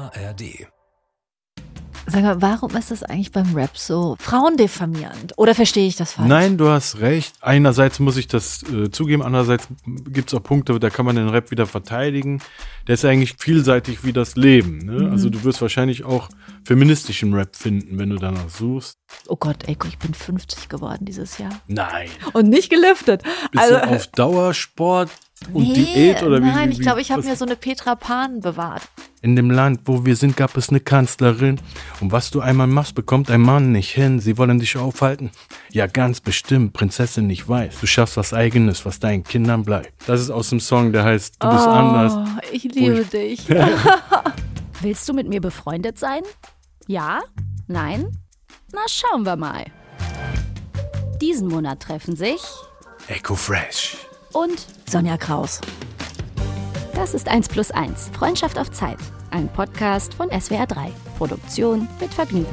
ARD. Sag mal, warum ist das eigentlich beim Rap so frauendifamierend? Oder verstehe ich das falsch? Nein, du hast recht. Einerseits muss ich das zugeben, andererseits gibt es auch Punkte, da kann man den Rap wieder verteidigen. Der ist eigentlich vielseitig wie das Leben. Ne? Mhm. Also du wirst wahrscheinlich auch feministischen Rap finden, wenn du danach suchst. Oh Gott, Eko, ich bin 50 geworden dieses Jahr. Nein. Und nicht gelüftet. Bist du auf Dauersport und Diät? Oder nein, wie, ich glaube, ich habe was? mir so eine Petra Pan bewahrt. In dem Land, wo wir sind, gab es eine Kanzlerin. Und was du einmal machst, bekommt ein Mann nicht hin. Sie wollen dich aufhalten? Ja, ganz bestimmt. Prinzessin, ich weiß. Du schaffst was Eigenes, was deinen Kindern bleibt. Das ist aus dem Song, der heißt Du bist anders. Ich liebe dich. Willst du mit mir befreundet sein? Ja? Nein? Na, schauen wir mal. Diesen Monat treffen sich Eko Fresh. und Sonja Kraus. das ist 1+1, Freundschaft auf Zeit. Ein Podcast von SWR 3. Produktion mit Vergnügen.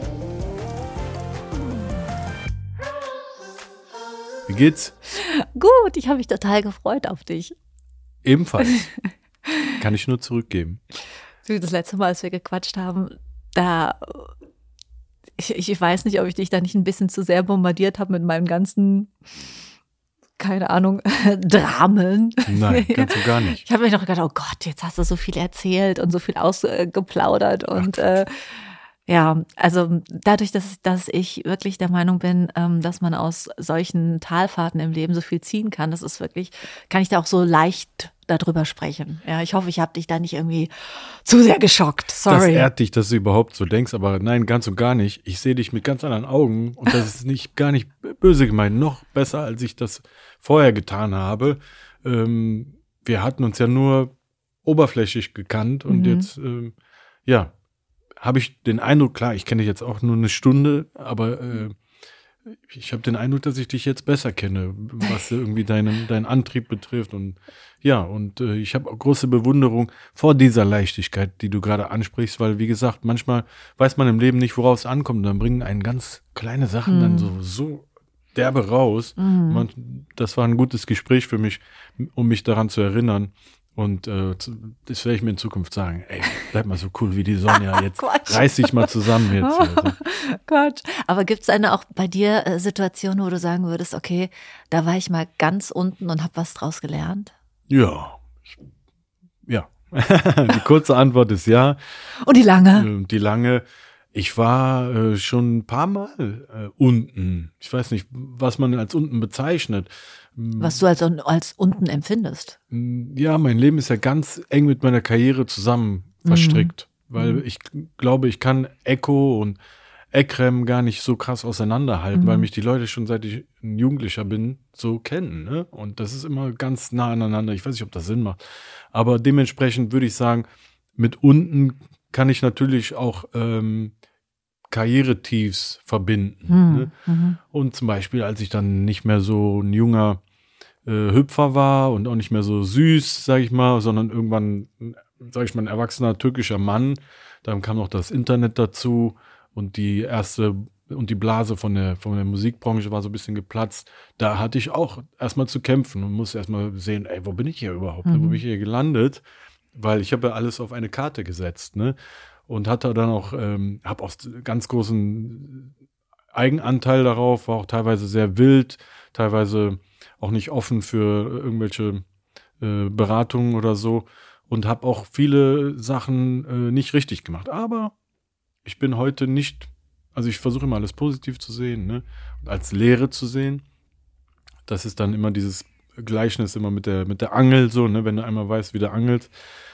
Wie geht's? Gut, ich habe mich total gefreut auf dich. Ebenfalls. Kann ich nur zurückgeben. Das letzte Mal, als wir gequatscht haben, ich weiß nicht, ob ich dich da nicht ein bisschen zu sehr bombardiert habe mit meinem ganzen, keine Ahnung, Dramen. Nein, ganz und gar nicht. Ich habe mir noch gedacht, oh Gott, jetzt hast du so viel erzählt und so viel ausgeplaudert und ja, also dadurch, dass ich wirklich der Meinung bin, dass man aus solchen Talfahrten im Leben so viel ziehen kann, das ist wirklich, kann ich da auch so leicht darüber sprechen. Ja, ich hoffe, ich habe dich da nicht irgendwie zu sehr geschockt. Sorry. Das ehrt dich, dass du überhaupt so denkst, aber nein, ganz und gar nicht. Ich sehe dich mit ganz anderen Augen und das ist gar nicht böse gemeint, noch besser, als ich das vorher getan habe. Wir hatten uns ja nur oberflächlich gekannt und jetzt, ja, habe ich den Eindruck, klar, ich kenne dich jetzt auch nur eine Stunde, aber ich habe den Eindruck, dass ich dich jetzt besser kenne, was irgendwie deinen Antrieb betrifft. Und ja, und ich habe auch große Bewunderung vor dieser Leichtigkeit, die du gerade ansprichst, weil, wie gesagt, manchmal weiß man im Leben nicht, worauf es ankommt. Und dann bringen einen ganz kleine Sachen dann so derbe raus. Das war ein gutes Gespräch für mich, um mich daran zu erinnern. Und das werde ich mir in Zukunft sagen. Ey, bleib mal so cool wie die Sonja. Jetzt reiß dich mal zusammen jetzt. Also. Quatsch. Aber gibt es auch bei dir Situationen, wo du sagen würdest, okay, da war ich mal ganz unten und habe was draus gelernt? Ja. Ja. Die kurze Antwort ist ja. Und die lange? Die lange. Ich war schon ein paar Mal unten. Ich weiß nicht, was man als unten bezeichnet. Was du als unten empfindest. Ja, mein Leben ist ja ganz eng mit meiner Karriere zusammen verstrickt. Weil ich glaube, ich kann Eko und Ekrem gar nicht so krass auseinanderhalten, weil mich die Leute schon seit ich ein Jugendlicher bin so kennen. Ne? Und das ist immer ganz nah aneinander. Ich weiß nicht, ob das Sinn macht. Aber dementsprechend würde ich sagen, mit unten kann ich natürlich auch Karrieretiefs verbinden. Ne? Und zum Beispiel, als ich dann nicht mehr so ein junger Hüpfer war und auch nicht mehr so süß, sag ich mal, sondern irgendwann, sag ich mal, ein erwachsener türkischer Mann. Dann kam noch das Internet dazu und die Blase von der Musikbranche war so ein bisschen geplatzt. Da hatte ich auch erstmal zu kämpfen und musste erstmal sehen, ey, wo bin ich hier überhaupt? Wo bin ich hier gelandet? Weil ich habe ja alles auf eine Karte gesetzt, ne? Und hatte dann auch, habe auch ganz großen Eigenanteil darauf, war auch teilweise sehr wild, teilweise auch nicht offen für irgendwelche Beratungen oder so und habe auch viele Sachen nicht richtig gemacht. Aber ich bin heute nicht, also ich versuche immer alles positiv zu sehen, ne? Und als Lehre zu sehen. Das ist dann immer dieses Gleichnis immer mit der Angel so, ne? Wenn du einmal weißt, wie du angelst,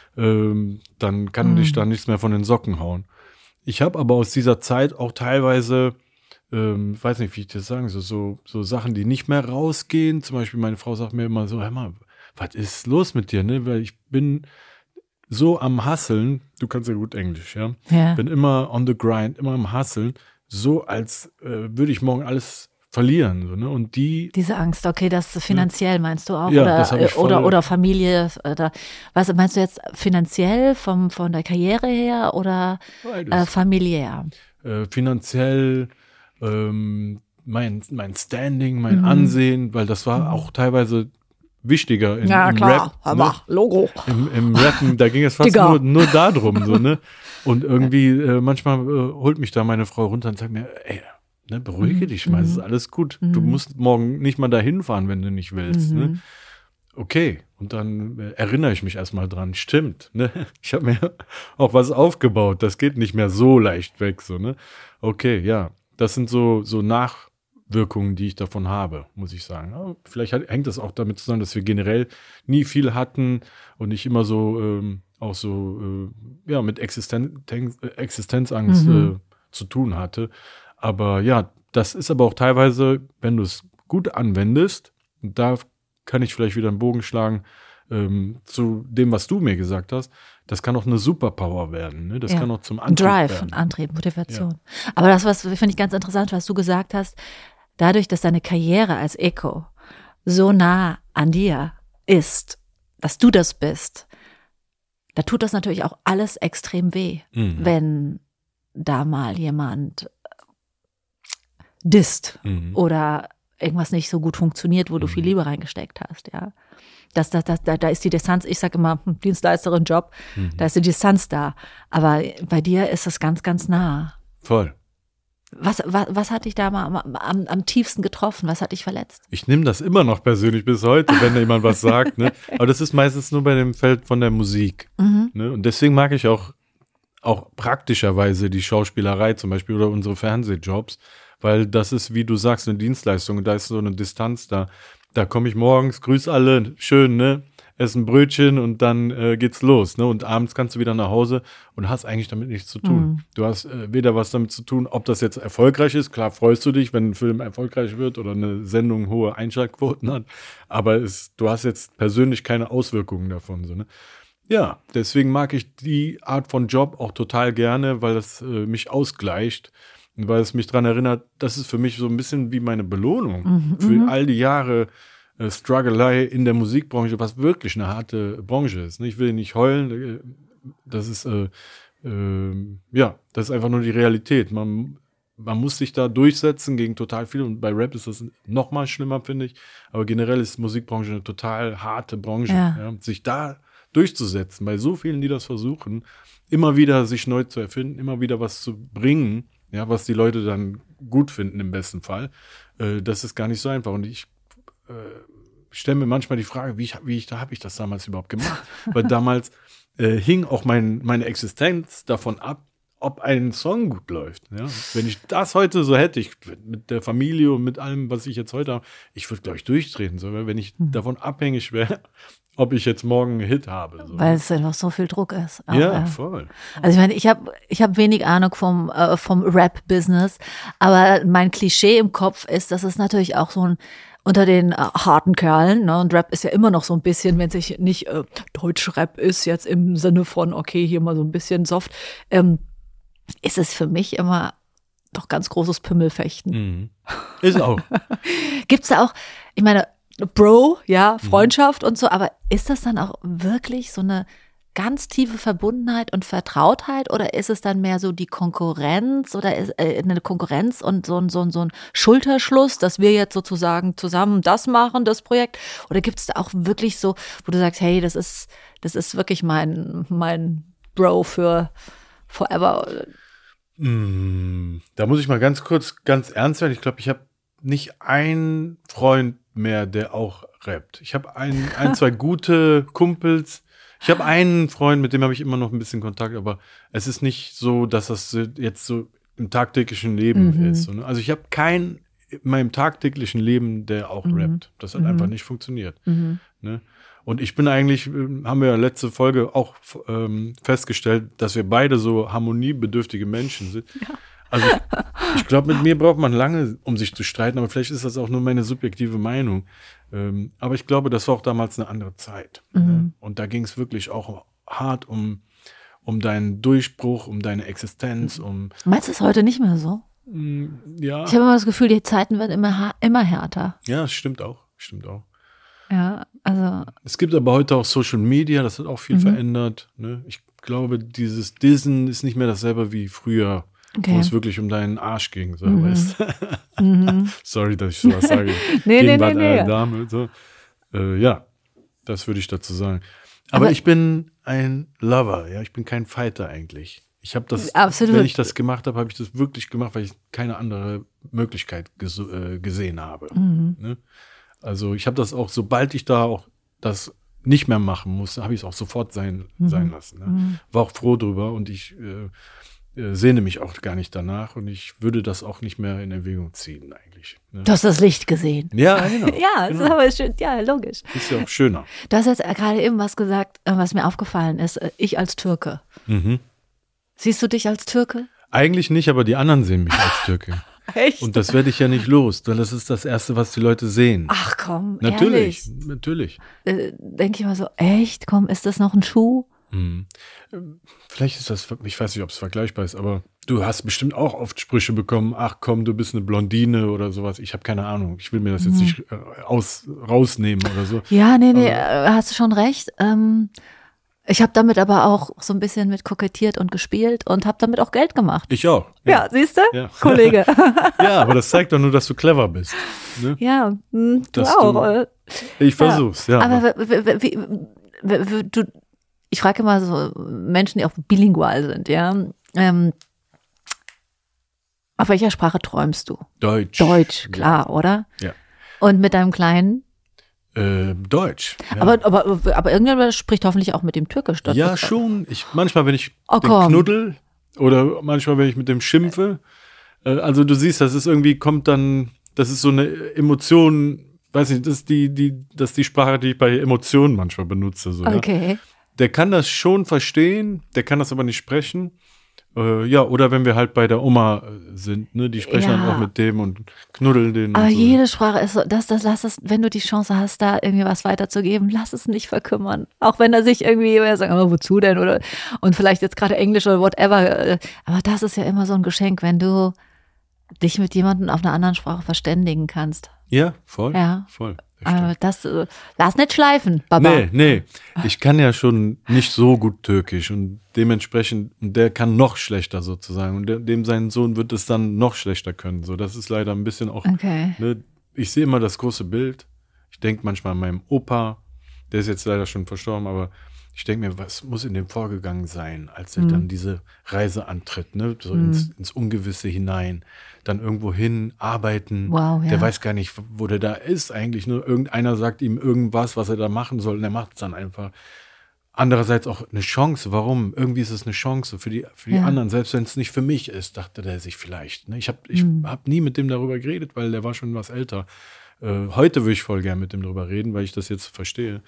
dann kann dich da nichts mehr von den Socken hauen. Ich habe aber aus dieser Zeit auch teilweise, weiß nicht, wie ich das sagen soll, so Sachen, die nicht mehr rausgehen. Zum Beispiel meine Frau sagt mir immer so, hör mal, was ist los mit dir, ne? Weil ich bin so am Hustlen, du kannst ja gut Englisch, ja? Ja. Bin immer on the grind, immer am Hustlen, so als würde ich morgen alles verlieren. So, ne? Und diese Angst, okay, das finanziell meinst du auch? Ja, oder, das hab ich voll. oder Familie, oder was meinst du jetzt finanziell von der Karriere her oder familiär? Finanziell, mein Standing, mein Ansehen, weil das war auch teilweise wichtiger im klar, Rap. Ne? Logo. Im Rappen, da ging es fast nur darum, so, ne? Und irgendwie, manchmal holt mich da meine Frau runter und sagt mir, ey, ne, beruhige dich mal, es ist alles gut. Du musst morgen nicht mal dahin fahren, wenn du nicht willst, ne? Okay, und dann erinnere ich mich erstmal dran, stimmt, ne? Ich habe mir auch was aufgebaut, das geht nicht mehr so leicht weg, so, ne? Okay, ja, das sind so Nachwirkungen, die ich davon habe, muss ich sagen. Ja, vielleicht hängt das auch damit zusammen, dass wir generell nie viel hatten und nicht immer so, auch so, ja, mit Existenzangst zu tun hatte. Aber ja, das ist aber auch teilweise, wenn du es gut anwendest, und da kann ich vielleicht wieder einen Bogen schlagen zu dem, was du mir gesagt hast. Das kann auch eine Superpower werden. Ne? Das kann auch zum Antrieb werden. Antrieb, Motivation. Ja. Aber das, was finde ich ganz interessant, was du gesagt hast, dadurch, dass deine Karriere als Eko so nah an dir ist, dass du das bist, da tut das natürlich auch alles extrem weh, wenn da mal jemand disst oder irgendwas nicht so gut funktioniert, wo du viel Liebe reingesteckt hast, ja. Da ist die Distanz, ich sage immer, Dienstleisterin, Job, da ist die Distanz da. Aber bei dir ist es ganz, ganz nah. Voll. Was hat dich da mal am tiefsten getroffen? Was hat dich verletzt? Ich nehme das immer noch persönlich bis heute, wenn da jemand was sagt, ne? Aber das ist meistens nur bei dem Feld von der Musik. Ne? Und deswegen mag ich auch praktischerweise die Schauspielerei zum Beispiel oder unsere Fernsehjobs, weil das ist, wie du sagst, eine Dienstleistung und da ist so eine Distanz da. Da komme ich morgens, grüß alle, schön, ne? Ess ein Brötchen und dann geht's los, ne? Und abends kannst du wieder nach Hause und hast eigentlich damit nichts zu tun. Du hast weder was damit zu tun, ob das jetzt erfolgreich ist. Klar freust du dich, wenn ein Film erfolgreich wird oder eine Sendung hohe Einschaltquoten hat, aber du hast jetzt persönlich keine Auswirkungen davon, so, ne? Ja, deswegen mag ich die Art von Job auch total gerne, weil das mich ausgleicht. Weil es mich daran erinnert, das ist für mich so ein bisschen wie meine Belohnung für all die Jahre Struggelei in der Musikbranche, was wirklich eine harte Branche ist. Ich will nicht heulen, das ist das ist einfach nur die Realität. Man muss sich da durchsetzen gegen total viel und bei Rap ist das noch mal schlimmer, finde ich. Aber generell ist Musikbranche eine total harte Branche. Ja. Sich da durchzusetzen, bei so vielen, die das versuchen, immer wieder sich neu zu erfinden, immer wieder was zu bringen, ja, was die Leute dann gut finden im besten Fall, das ist gar nicht so einfach. Und ich stelle mir manchmal die Frage, wie habe ich das damals überhaupt gemacht? Weil damals hing auch meine Existenz davon ab, ob ein Song gut läuft. Ja? Wenn ich das heute so hätte, mit der Familie und mit allem, was ich jetzt heute habe, ich würde, glaube ich, durchdrehen, so, wenn ich davon abhängig wäre, ob ich jetzt morgen einen Hit habe. So. Weil es einfach so viel Druck ist. Auch, ja, voll. Also ich meine, ich hab wenig Ahnung vom Rap-Business, aber mein Klischee im Kopf ist, dass es natürlich auch so ein unter den harten Kerlen, ne, und Rap ist ja immer noch so ein bisschen, wenn es sich nicht Deutsch-Rap ist, jetzt im Sinne von, okay, hier mal so ein bisschen soft, ist es für mich immer doch ganz großes Pümmelfechten. Ist auch. Gibt's da auch, ich meine, Bro, ja, Freundschaft und so, aber ist das dann auch wirklich so eine ganz tiefe Verbundenheit und Vertrautheit oder ist es dann mehr so die Konkurrenz oder ist eine Konkurrenz und so ein Schulterschluss, dass wir jetzt sozusagen zusammen das machen, das Projekt? Oder gibt es da auch wirklich so, wo du sagst, hey, das ist wirklich mein Bro für forever? Da muss ich mal ganz ernst werden. Ich glaube, ich habe nicht einen Freund mehr, der auch rappt. Ich habe zwei gute Kumpels. Ich habe einen Freund, mit dem habe ich immer noch ein bisschen Kontakt, aber es ist nicht so, dass das jetzt so im tagtäglichen Leben ist. Also ich habe keinen in meinem tagtäglichen Leben, der auch rappt. Das hat einfach nicht funktioniert. Ne? Und ich bin eigentlich, haben wir ja letzte Folge auch festgestellt, dass wir beide so harmoniebedürftige Menschen sind. Ja. Also ich glaube, mit mir braucht man lange, um sich zu streiten, aber vielleicht ist das auch nur meine subjektive Meinung. Aber ich glaube, das war auch damals eine andere Zeit. Ne? Und da ging es wirklich auch hart um deinen Durchbruch, um deine Existenz. Meinst du es heute nicht mehr so? Ja. Ich habe immer das Gefühl, die Zeiten werden immer härter. Ja, das stimmt auch. Ja, also. Es gibt aber heute auch Social Media, das hat auch viel verändert. Ne? Ich glaube, dieses Dissen ist nicht mehr dasselbe wie früher. Okay. Wo es wirklich um deinen Arsch ging, so, weißt du? Sorry, dass ich sowas sage. Nee. Dame, so. Ja, Das würde ich dazu sagen. Aber ich bin ein Lover, ja, ich bin kein Fighter eigentlich. Ich habe das, Absolut. wenn ich das gemacht habe, habe ich das wirklich gemacht, weil ich keine andere Möglichkeit gesehen habe. Ne? Also ich habe das auch, sobald ich da auch das nicht mehr machen musste, habe ich es auch sofort sein lassen. Ne? War auch froh drüber und ich sehne mich auch gar nicht danach und ich würde das auch nicht mehr in Erwägung ziehen eigentlich. Ne? Du hast das Licht gesehen. Ja, genau. Ja, das ist aber schön. Ja, logisch. Ist ja auch schöner. Du hast jetzt gerade eben was gesagt, was mir aufgefallen ist. Ich als Türke. Siehst du dich als Türke? Eigentlich nicht, aber die anderen sehen mich als Türke. Echt? Und das werde ich ja nicht los, weil das ist das Erste, was die Leute sehen. Ach komm, Natürlich, ehrlich? natürlich. Denke ich mal so, echt? Komm, ist das noch ein Schuh? Vielleicht ist das, ich weiß nicht, ob es vergleichbar ist, aber du hast bestimmt auch oft Sprüche bekommen, ach komm, du bist eine Blondine oder sowas. Ich habe keine Ahnung. Ich will mir das jetzt nicht rausnehmen oder so. Ja, nee, hast du schon recht. Ich habe damit aber auch so ein bisschen mit kokettiert und gespielt und habe damit auch Geld gemacht. Ich auch. Ja, siehst du? Ja. Kollege. Ja, aber das zeigt doch nur, dass du clever bist. Ne? Ja, du Dass auch. Ich versuch's, ja. Aber ich frage immer so Menschen, die auch bilingual sind, ja. Auf welcher Sprache träumst du? Deutsch. Deutsch, klar, oder? Ja. Und mit deinem Kleinen? Deutsch. Ja. Aber irgendjemand spricht hoffentlich auch mit dem Türkisch. Das Ja, ist- schon. Manchmal, wenn ich den komm. knuddel oder manchmal, wenn ich mit dem schimpfe. Also du siehst, das ist irgendwie, das ist so eine Emotion, weiß nicht, das ist die Sprache, die ich bei Emotionen manchmal benutze. So, Okay. ja. Der kann das schon verstehen, der kann das aber nicht sprechen. Ja, oder wenn wir halt bei der Oma sind, ne, die sprechen dann Ja. auch mit dem und knuddeln den. Aber und so. jede Sprache ist so, lass es, wenn du die Chance hast, da irgendwie was weiterzugeben, lass es nicht verkümmern. Auch wenn er sich irgendwie sagt, oh, wozu denn? Und vielleicht jetzt gerade Englisch oder whatever. Aber das ist ja immer so ein Geschenk, wenn du dich mit jemandem auf einer anderen Sprache verständigen kannst. Ja, voll. Ja. Voll. Das stimmt. Aber lass nicht schleifen, Baba. Nee. Ich kann ja schon nicht so gut Türkisch und dementsprechend, der kann noch schlechter sozusagen und dem sein Sohn wird es dann noch schlechter können. So, das ist leider ein bisschen auch, Okay. ne, ich sehe immer das große Bild. Ich denke manchmal an meinen Opa, der ist jetzt leider schon verstorben, aber ich denke mir, was muss in dem vorgegangen sein, als er dann diese Reise antritt, ne? So ins Ungewisse hinein, dann irgendwo hin arbeiten. Wow, ja. Der weiß gar nicht, wo der da ist eigentlich. Nur irgendeiner sagt ihm irgendwas, was er da machen soll und er macht es dann einfach. Andererseits auch eine Chance. Warum? Irgendwie ist es eine Chance für die Ja. anderen, selbst wenn es nicht für mich ist, dachte der sich vielleicht. Ne? Ich hab nie mit dem darüber geredet, weil der war schon was älter. Heute würde ich voll gern mit dem darüber reden, weil ich das jetzt verstehe.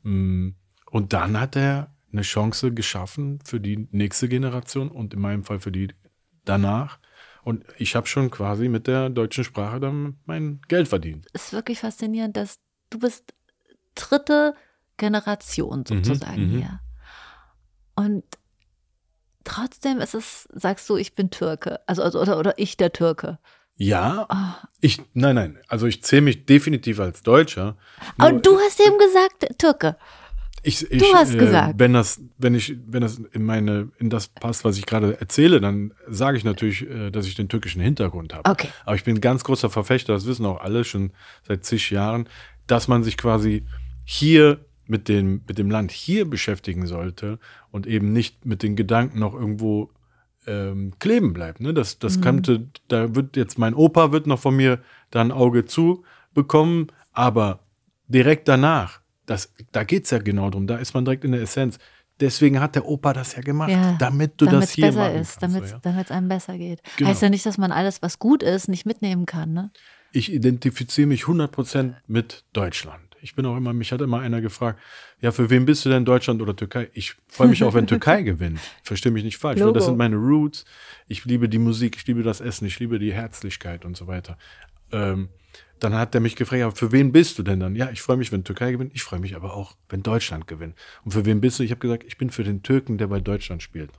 Und dann hat er eine Chance geschaffen für die nächste Generation und in meinem Fall für die danach. Und ich habe schon quasi mit der deutschen Sprache dann mein Geld verdient. Es ist wirklich faszinierend, dass du bist dritte Generation sozusagen hier. Und trotzdem sagst du, ich bin Türke. Also oder ich der Türke. Ja, nein. Also ich zähle mich definitiv als Deutscher. Aber Nur- du hast eben gesagt, Türke. Du hast gesagt. Wenn das in das passt, was ich gerade erzähle, dann sage ich natürlich, dass ich den türkischen Hintergrund habe. Okay. Aber ich bin ein ganz großer Verfechter, das wissen auch alle schon seit zig Jahren, dass man sich quasi hier mit dem Land hier beschäftigen sollte und eben nicht mit den Gedanken noch irgendwo kleben bleibt. Ne? Das könnte, da wird jetzt mein Opa wird noch von mir da ein Auge zu bekommen, aber direkt danach, da geht's ja genau drum, da ist man direkt in der Essenz. Deswegen hat der Opa das ja gemacht, damit du das hier besser machen ist, kannst. damit es einem besser geht. Genau. Heißt ja nicht, dass man alles, was gut ist, nicht mitnehmen kann, ne? Ich identifiziere mich 100% mit Deutschland. Mich hat immer einer gefragt, ja, für wen bist du denn, Deutschland oder Türkei? Ich freue mich auch, wenn Türkei gewinnt. Verstehe mich nicht falsch, weil das Logo. sind meine Roots. Ich liebe die Musik, ich liebe das Essen, ich liebe die Herzlichkeit und so weiter. Dann hat er mich gefragt, ja, für wen bist du denn dann? Ja, ich freue mich, wenn Türkei gewinnt. Ich freue mich aber auch, wenn Deutschland gewinnt. Und für wen bist du? Ich habe gesagt, ich bin für den Türken, der bei Deutschland spielt.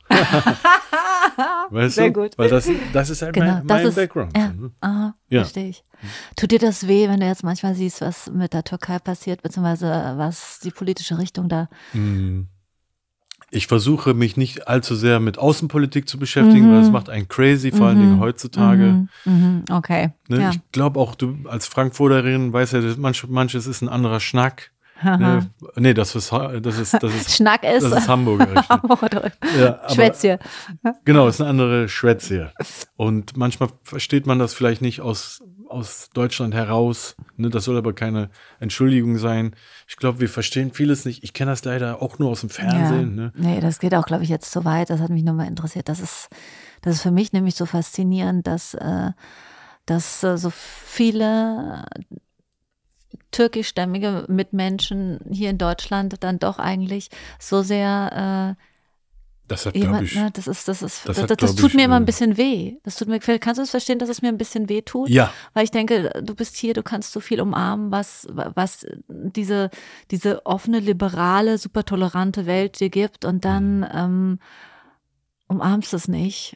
Weißt Sehr du? gut. Weil das ist halt mein Background. Ja, so, ne? aha, Ja. verstehe ich. Tut dir das weh, wenn du jetzt manchmal siehst, was mit der Türkei passiert, beziehungsweise was die politische Richtung da? Ich versuche mich nicht allzu sehr mit Außenpolitik zu beschäftigen, weil es macht einen crazy, vor allen Dingen heutzutage. Okay. Ne? Ja. Ich glaube auch, du als Frankfurterin weißt ja, manches ist ein anderer Schnack. Ne? Nee, das ist Schnack ist. Das ist hamburgerisch. Ne? Ja, Schwätzchen. Genau, ist eine andere Schwätze. Und manchmal versteht man das vielleicht nicht aus Deutschland heraus. Ne? Das soll aber keine Entschuldigung sein. Ich glaube, wir verstehen vieles nicht. Ich kenne das leider auch nur aus dem Fernsehen. Ja. Ne? Nee, das geht auch, glaube ich, jetzt zu weit. Das hat mich nur mal interessiert. Das ist für mich nämlich so faszinierend, dass so viele türkischstämmige Mitmenschen hier in Deutschland dann doch eigentlich so sehr das hat, glaube ich, ne, das tut mir immer ein bisschen weh. Kannst du es verstehen, dass es mir ein bisschen weh tut? Ja. Weil ich denke, du bist hier, du kannst so viel umarmen, was diese offene, liberale, super tolerante Welt dir gibt, und dann umarmst es nicht.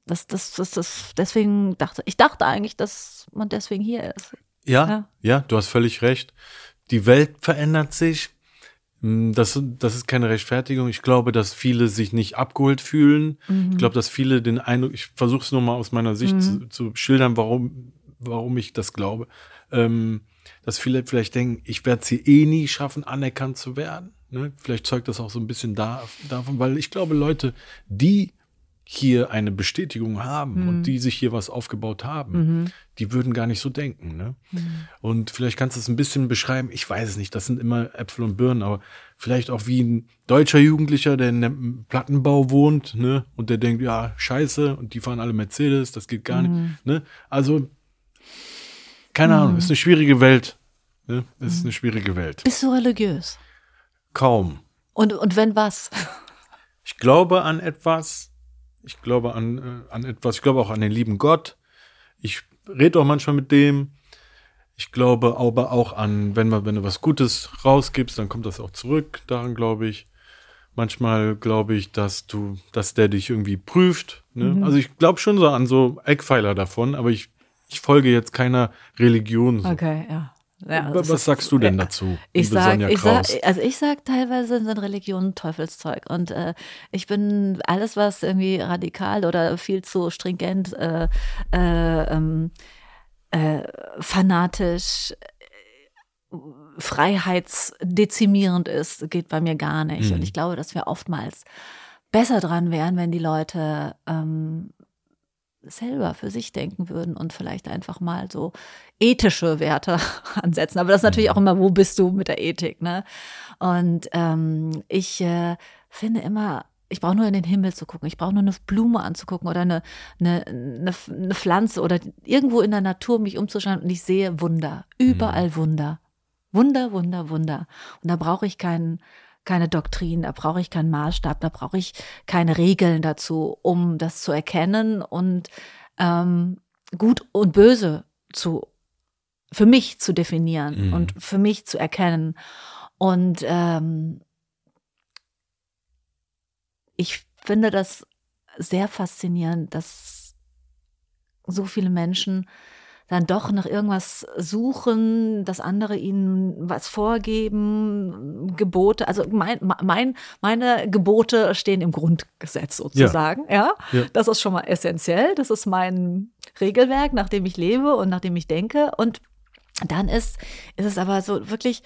Deswegen dachte ich eigentlich, dass man deswegen hier ist. Ja, du hast völlig recht. Die Welt verändert sich. Das ist keine Rechtfertigung. Ich glaube, dass viele sich nicht abgeholt fühlen. Ich glaube, dass viele den Eindruck, ich versuche es nur mal aus meiner Sicht zu schildern, warum ich das glaube. Dass viele vielleicht denken, ich werde es hier eh nie schaffen, anerkannt zu werden. Ne? Vielleicht zeugt das auch so ein bisschen davon, weil ich glaube, Leute, die hier eine Bestätigung haben und die sich hier was aufgebaut haben, die würden gar nicht so denken. Ne? Und vielleicht kannst du es ein bisschen beschreiben, ich weiß es nicht, das sind immer Äpfel und Birnen, aber vielleicht auch wie ein deutscher Jugendlicher, der in einem Plattenbau wohnt, ne? Und der denkt, ja, scheiße, und die fahren alle Mercedes, das geht gar nicht. Ne? Also, keine Ahnung, ist eine schwierige Welt. Ne? Es ist eine schwierige Welt. Bist du religiös? Kaum. Und wenn was? Ich glaube an etwas. Ich glaube an etwas. Ich glaube auch an den lieben Gott. Ich rede auch manchmal mit dem. Ich glaube aber auch an, wenn du was Gutes rausgibst, dann kommt das auch zurück. Daran glaube ich. Manchmal glaube ich, dass der dich irgendwie prüft. Ne? Also ich glaube schon so an so Eckpfeiler davon, aber ich folge jetzt keiner Religion. So. Okay, ja. Ja, was sagst du denn dazu? Ich sag teilweise sind Religionen Teufelszeug, und ich bin alles, was irgendwie radikal oder viel zu stringent, fanatisch, freiheitsdezimierend ist, geht bei mir gar nicht. Und ich glaube, dass wir oftmals besser dran wären, wenn die Leute selber für sich denken würden und vielleicht einfach mal so ethische Werte ansetzen. Aber das ist natürlich auch immer, wo bist du mit der Ethik, ne? Und ich finde immer, ich brauche nur in den Himmel zu gucken, ich brauche nur eine Blume anzugucken oder eine Pflanze oder irgendwo in der Natur mich umzuschauen, und ich sehe Wunder, überall Wunder. Wunder, Wunder, Wunder. Und da brauche ich keine Doktrin, da brauche ich keinen Maßstab, da brauche ich keine Regeln dazu, um das zu erkennen und Gut und Böse für mich zu definieren und für mich zu erkennen. Und ich finde das sehr faszinierend, dass so viele Menschen dann doch nach irgendwas suchen, dass andere ihnen was vorgeben, Gebote. Also meine Gebote stehen im Grundgesetz sozusagen. Ja. Das ist schon mal essentiell. Das ist mein Regelwerk, nach dem ich lebe und nach dem ich denke. Und dann ist es aber so wirklich,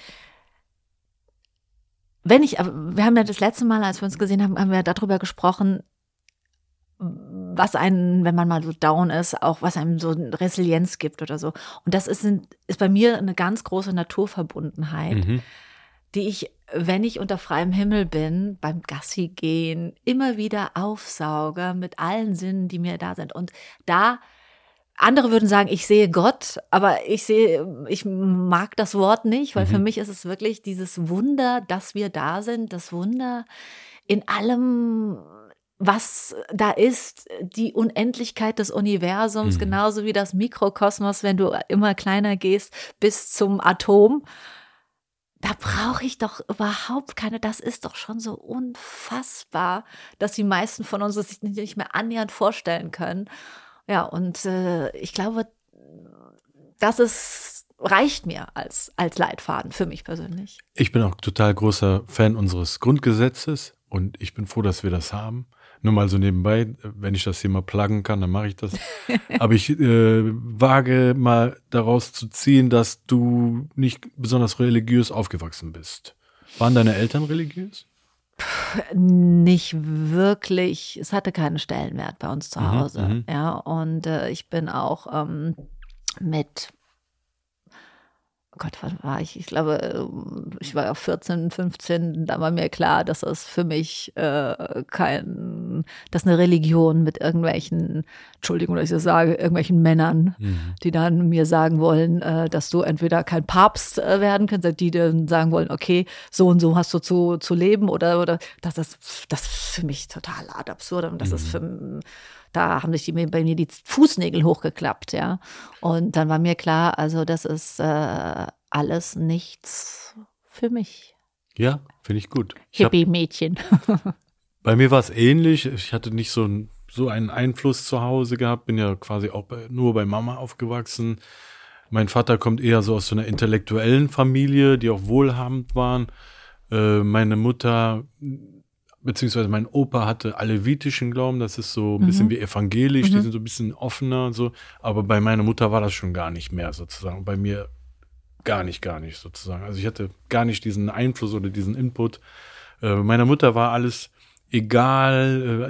wir haben ja das letzte Mal, als wir uns gesehen haben, haben wir darüber gesprochen, was einen, wenn man mal so down ist, auch was einem so Resilienz gibt oder so. Und das ist bei mir eine ganz große Naturverbundenheit, die ich, wenn ich unter freiem Himmel bin, beim Gassi gehen, immer wieder aufsauge mit allen Sinnen, die mir da sind. Und da, andere würden sagen, ich sehe Gott, aber ich mag das Wort nicht, weil für mich ist es wirklich dieses Wunder, dass wir da sind, das Wunder in allem, was da ist, die Unendlichkeit des Universums, genauso wie das Mikrokosmos, wenn du immer kleiner gehst, bis zum Atom. Da brauche ich doch überhaupt keine, das ist doch schon so unfassbar, dass die meisten von uns es sich nicht mehr annähernd vorstellen können. Ja, und ich glaube, reicht mir als Leitfaden für mich persönlich. Ich bin auch total großer Fan unseres Grundgesetzes und ich bin froh, dass wir das haben. Nur mal so nebenbei, wenn ich das hier mal pluggen kann, dann mache ich das. Aber ich wage mal daraus zu ziehen, dass du nicht besonders religiös aufgewachsen bist. Waren deine Eltern religiös? Nicht wirklich. Es hatte keinen Stellenwert bei uns zu Hause. Ja, und ich bin auch mit, oh Gott, wann war ich? Ich glaube, ich war ja 14, 15, da war mir klar, dass das für mich dass eine Religion mit irgendwelchen, Entschuldigung, dass ich das sage, irgendwelchen Männern, die dann mir sagen wollen, dass du entweder kein Papst werden kannst, die dann sagen wollen, okay, so und so hast du zu leben oder das für mich total ad absurd und das ist da haben sich bei mir die Fußnägel hochgeklappt, ja. Und dann war mir klar, also das ist alles nichts für mich. Ja, finde ich gut. Hippie-Mädchen. Bei mir war es ähnlich. Ich hatte nicht so einen Einfluss zu Hause gehabt. Bin ja quasi auch nur bei Mama aufgewachsen. Mein Vater kommt eher so aus so einer intellektuellen Familie, die auch wohlhabend waren. Meine Mutter beziehungsweise mein Opa hatte alevitischen Glauben, das ist so ein bisschen wie evangelisch, die sind so ein bisschen offener und so, aber bei meiner Mutter war das schon gar nicht mehr sozusagen, bei mir gar nicht sozusagen, also ich hatte gar nicht diesen Einfluss oder diesen Input. Meiner Mutter war alles egal,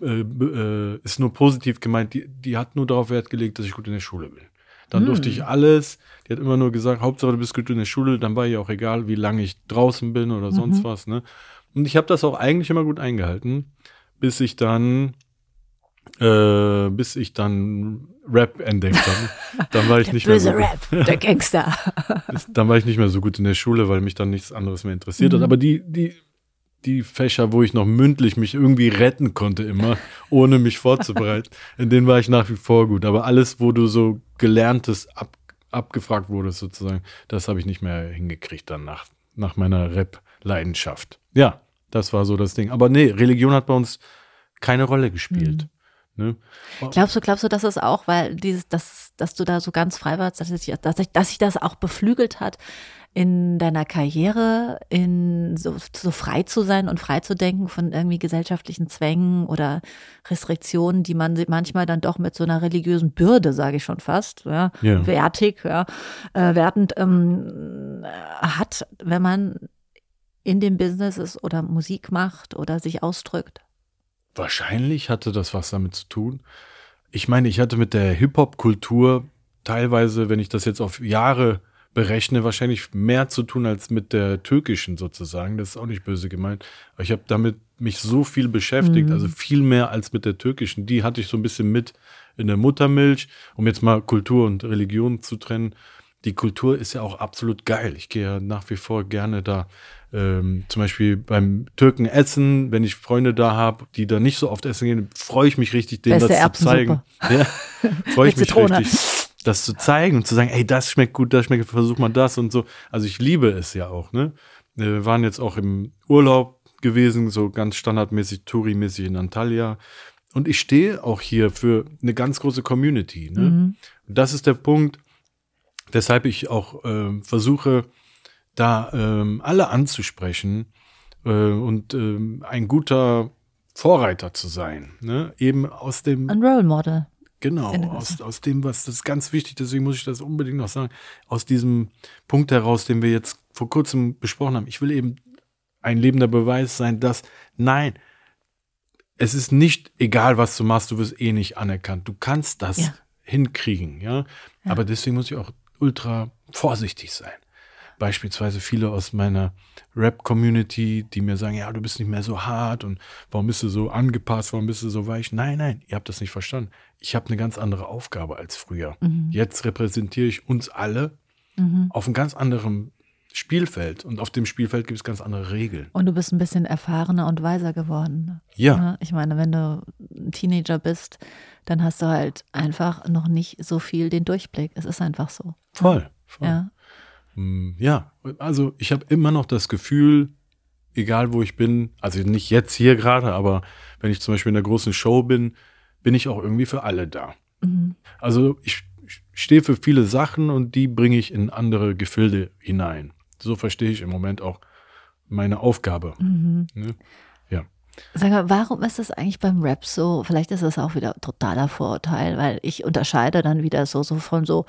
ist nur positiv gemeint, die hat nur darauf Wert gelegt, dass ich gut in der Schule bin. Dann durfte ich alles, die hat immer nur gesagt, Hauptsache du bist gut in der Schule, dann war ihr auch egal, wie lange ich draußen bin oder sonst was, ne. Und ich habe das auch eigentlich immer gut eingehalten, bis ich dann Rap entdeckt habe. Dann war ich der nicht böse mehr so Rap, der Gangster. Dann war ich nicht mehr so gut in der Schule, weil mich dann nichts anderes mehr interessiert hat. Aber die Fächer, wo ich noch mündlich mich irgendwie retten konnte immer, ohne mich vorzubereiten, in denen war ich nach wie vor gut. Aber alles, wo du so Gelerntes abgefragt wurdest sozusagen, das habe ich nicht mehr hingekriegt dann nach meiner Rap-Leidenschaft. Ja, das war so das Ding. Aber nee, Religion hat bei uns keine Rolle gespielt. Ne? Glaubst du, dass es auch, weil dass du da so ganz frei warst, dass sich das auch beflügelt hat, in deiner Karriere, so frei zu sein und frei zu denken von irgendwie gesellschaftlichen Zwängen oder Restriktionen, die man manchmal dann doch mit so einer religiösen Bürde, sage ich schon fast, wertend hat, wenn man in dem Business ist oder Musik macht oder sich ausdrückt? Wahrscheinlich hatte das was damit zu tun. Ich meine, ich hatte mit der Hip-Hop-Kultur teilweise, wenn ich das jetzt auf Jahre berechne, wahrscheinlich mehr zu tun als mit der türkischen sozusagen. Das ist auch nicht böse gemeint. Aber ich habe damit mich so viel beschäftigt, also viel mehr als mit der türkischen. Die hatte ich so ein bisschen mit in der Muttermilch, um jetzt mal Kultur und Religion zu trennen. Die Kultur ist ja auch absolut geil. Ich gehe ja nach wie vor gerne da. Zum Beispiel beim Türken essen, wenn ich Freunde da habe, die da nicht so oft essen gehen, freue ich mich richtig, denen das zu zeigen. Ja, freue ich mich richtig, das zu zeigen und zu sagen, ey, das schmeckt gut, versuch mal das und so. Also ich liebe es ja auch, ne? Wir waren jetzt auch im Urlaub gewesen, so ganz standardmäßig, Touri-mäßig in Antalya. Und ich stehe auch hier für eine ganz große Community, ne? Und das ist der Punkt, weshalb ich auch versuche, da alle anzusprechen und ein guter Vorreiter zu sein. Ne? Eben aus dem... Ein Role Model. Genau, aus dem, das ist ganz wichtig, deswegen muss ich das unbedingt noch sagen, aus diesem Punkt heraus, den wir jetzt vor kurzem besprochen haben. Ich will eben ein lebender Beweis sein, dass, nein, es ist nicht egal, was du machst, du wirst eh nicht anerkannt. Du kannst das hinkriegen, ja. Aber deswegen muss ich auch ultra vorsichtig sein. Beispielsweise viele aus meiner Rap-Community, die mir sagen, ja, du bist nicht mehr so hart und warum bist du so angepasst, warum bist du so weich? Nein, ihr habt das nicht verstanden. Ich habe eine ganz andere Aufgabe als früher. Jetzt repräsentiere ich uns alle auf einem ganz anderen Spielfeld und auf dem Spielfeld gibt es ganz andere Regeln. Und du bist ein bisschen erfahrener und weiser geworden. Ja. Ich meine, wenn du ein Teenager bist, dann hast du halt einfach noch nicht so viel den Durchblick. Es ist einfach so. Voll. Ja. Ja, also ich habe immer noch das Gefühl, egal wo ich bin, also nicht jetzt hier gerade, aber wenn ich zum Beispiel in einer großen Show bin, bin ich auch irgendwie für alle da. Also ich stehe für viele Sachen und die bringe ich in andere Gefilde hinein. So verstehe ich im Moment auch meine Aufgabe. Ne? Ja. Sag mal, warum ist das eigentlich beim Rap so? Vielleicht ist das auch wieder totaler Vorurteil, weil ich unterscheide dann wieder so von so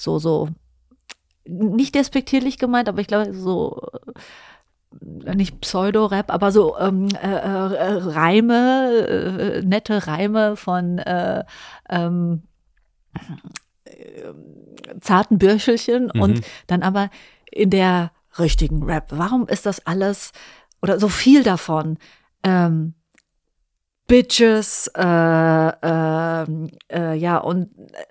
nicht despektierlich gemeint, aber ich glaube so nicht Pseudo-Rap, aber so Reime, nette Reime von zarten Bürschelchen und dann aber in der richtigen Rap. Warum ist das alles oder so viel davon? Bitches, ja, und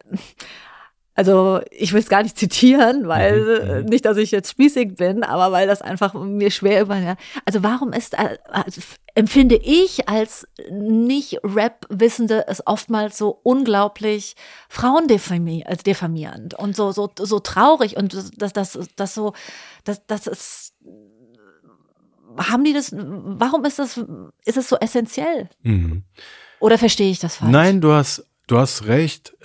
also ich will es gar nicht zitieren, weil nicht, dass ich jetzt spießig bin, aber weil das einfach mir schwer über. Also warum ist, also empfinde ich als Nicht-Rap-Wissende es oftmals so unglaublich frauendefamierend und so traurig und das ist. Haben die das, warum ist es so essentiell? Oder verstehe ich das falsch? Nein, du hast recht.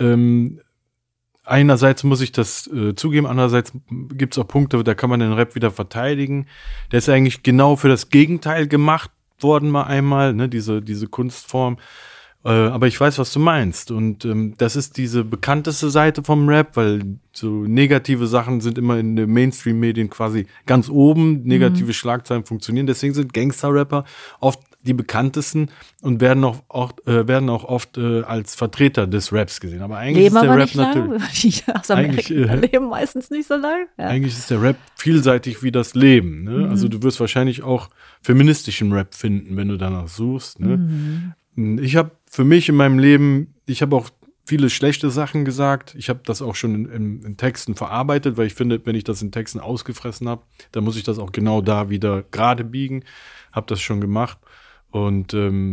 Einerseits muss ich das zugeben, andererseits gibt es auch Punkte, da kann man den Rap wieder verteidigen. Der ist eigentlich genau für das Gegenteil gemacht worden mal einmal, ne, diese Kunstform. Aber ich weiß, was du meinst. Und das ist diese bekannteste Seite vom Rap, weil so negative Sachen sind immer in den Mainstream-Medien quasi ganz oben. Negative Schlagzeilen funktionieren. Deswegen sind Gangster-Rapper oft die bekanntesten und werden auch oft als Vertreter des Raps gesehen. Aber eigentlich leben ist der aber Rap nicht natürlich. Lang. Aus Amerika leben meistens nicht so lange. Ja. Eigentlich ist der Rap vielseitig wie das Leben. Ne? Also du wirst wahrscheinlich auch feministischen Rap finden, wenn du danach suchst. Ne? Ich habe für mich in meinem Leben, ich habe auch viele schlechte Sachen gesagt. Ich habe das auch schon in Texten verarbeitet, weil ich finde, wenn ich das in Texten ausgefressen habe, dann muss ich das auch genau da wieder gerade biegen. Habe das schon gemacht. Und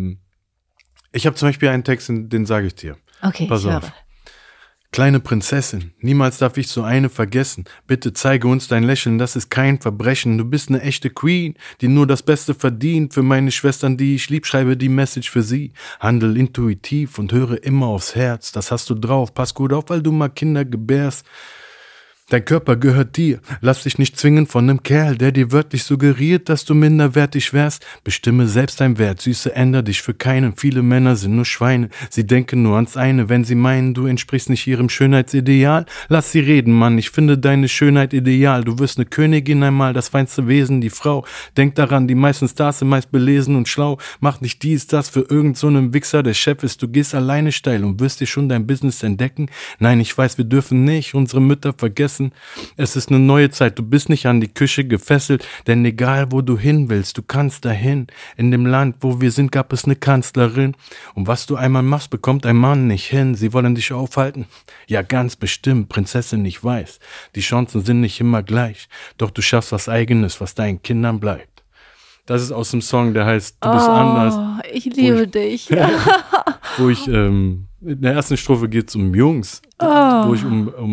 ich habe zum Beispiel einen Text, den sage ich dir. Okay, pass ich auf. höre. Kleine Prinzessin, niemals darf ich so eine vergessen. Bitte zeige uns dein Lächeln, das ist kein Verbrechen. Du bist eine echte Queen, die nur das Beste verdient. Für meine Schwestern, die ich lieb, schreibe die Message für sie. Handel intuitiv und höre immer aufs Herz. Das hast du drauf, pass gut auf, weil du mal Kinder gebärst. Dein Körper gehört dir. Lass dich nicht zwingen von einem Kerl, der dir wörtlich suggeriert, dass du minderwertig wärst. Bestimme selbst dein Wert. Süße, änder dich für keinen. Viele Männer sind nur Schweine. Sie denken nur ans eine. Wenn sie meinen, du entsprichst nicht ihrem Schönheitsideal, lass sie reden, Mann. Ich finde deine Schönheit ideal. Du wirst eine Königin einmal, das feinste Wesen, die Frau. Denk daran, die meisten Stars sind meist belesen und schlau. Mach nicht dies, das für irgend so einen Wichser, der Chef ist. Du gehst alleine steil und wirst dir schon dein Business entdecken. Nein, ich weiß, wir dürfen nicht unsere Mütter vergessen. Es ist eine neue Zeit, du bist nicht an die Küche gefesselt, denn egal wo du hin willst, du kannst dahin. In dem Land, wo wir sind, gab es eine Kanzlerin. Und was du einmal machst, bekommt ein Mann nicht hin. Sie wollen dich aufhalten? Ja, ganz bestimmt, Prinzessin, ich weiß. Die Chancen sind nicht immer gleich, doch du schaffst was Eigenes, was deinen Kindern bleibt. Das ist aus dem Song, der heißt Du bist anders. Ich liebe dich. Wo ich, in der ersten Strophe geht es um Jungs, wo ich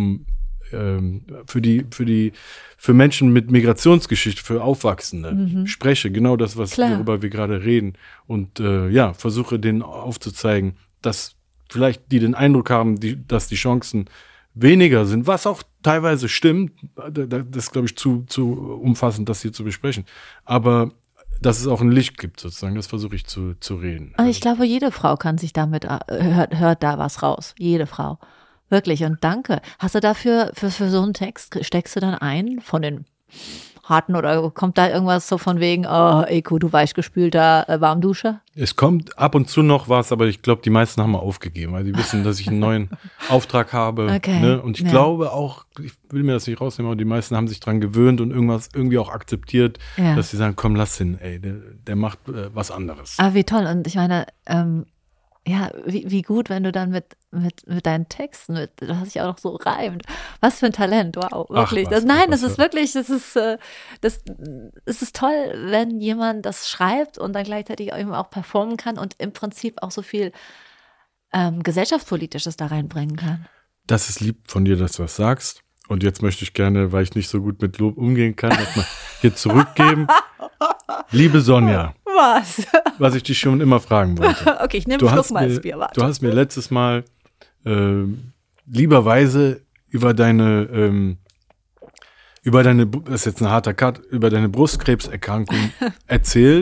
für Menschen mit Migrationsgeschichte, für Aufwachsende spreche, genau das, worüber wir gerade reden und versuche denen aufzuzeigen, dass vielleicht die den Eindruck haben, dass die Chancen weniger sind, was auch teilweise stimmt, das ist, glaube ich, zu umfassend, das hier zu besprechen, aber dass es auch ein Licht gibt, sozusagen, das versuche ich zu reden. Also ich glaube, jede Frau kann sich damit, hört da was raus, jede Frau. Wirklich, und danke. Hast du dafür, für so einen Text, steckst du dann ein von den harten oder kommt da irgendwas so von wegen, oh, Eko, du weichgespülter Warmduscher? Es kommt ab und zu noch was, aber ich glaube, die meisten haben mal aufgegeben, weil die wissen, dass ich einen neuen Auftrag habe. Okay. Ne? Und ich glaube auch, ich will mir das nicht rausnehmen, aber die meisten haben sich dran gewöhnt und irgendwas irgendwie auch akzeptiert, dass sie sagen, komm, lass ihn, ey, der macht was anderes. Ah, wie toll. Und ich meine, ja, wie gut, wenn du dann mit deinen Texten, du hast dich auch noch so reimt. Was für ein Talent, wow, wirklich. Das ist wirklich, es ist toll, wenn jemand das schreibt und dann gleichzeitig eben auch performen kann und im Prinzip auch so viel Gesellschaftspolitisches da reinbringen kann. Das ist lieb von dir, dass du das sagst. Und jetzt möchte ich gerne, weil ich nicht so gut mit Lob umgehen kann, das mal hier zurückgeben. Liebe Sonja. Was ich dich schon immer fragen wollte. Okay, ich nehme einen Schluck mal ins Bier. Warte. Du hast mir letztes Mal lieberweise über deine, das ist jetzt ein harter Cut, über deine Brustkrebserkrankung erzählt.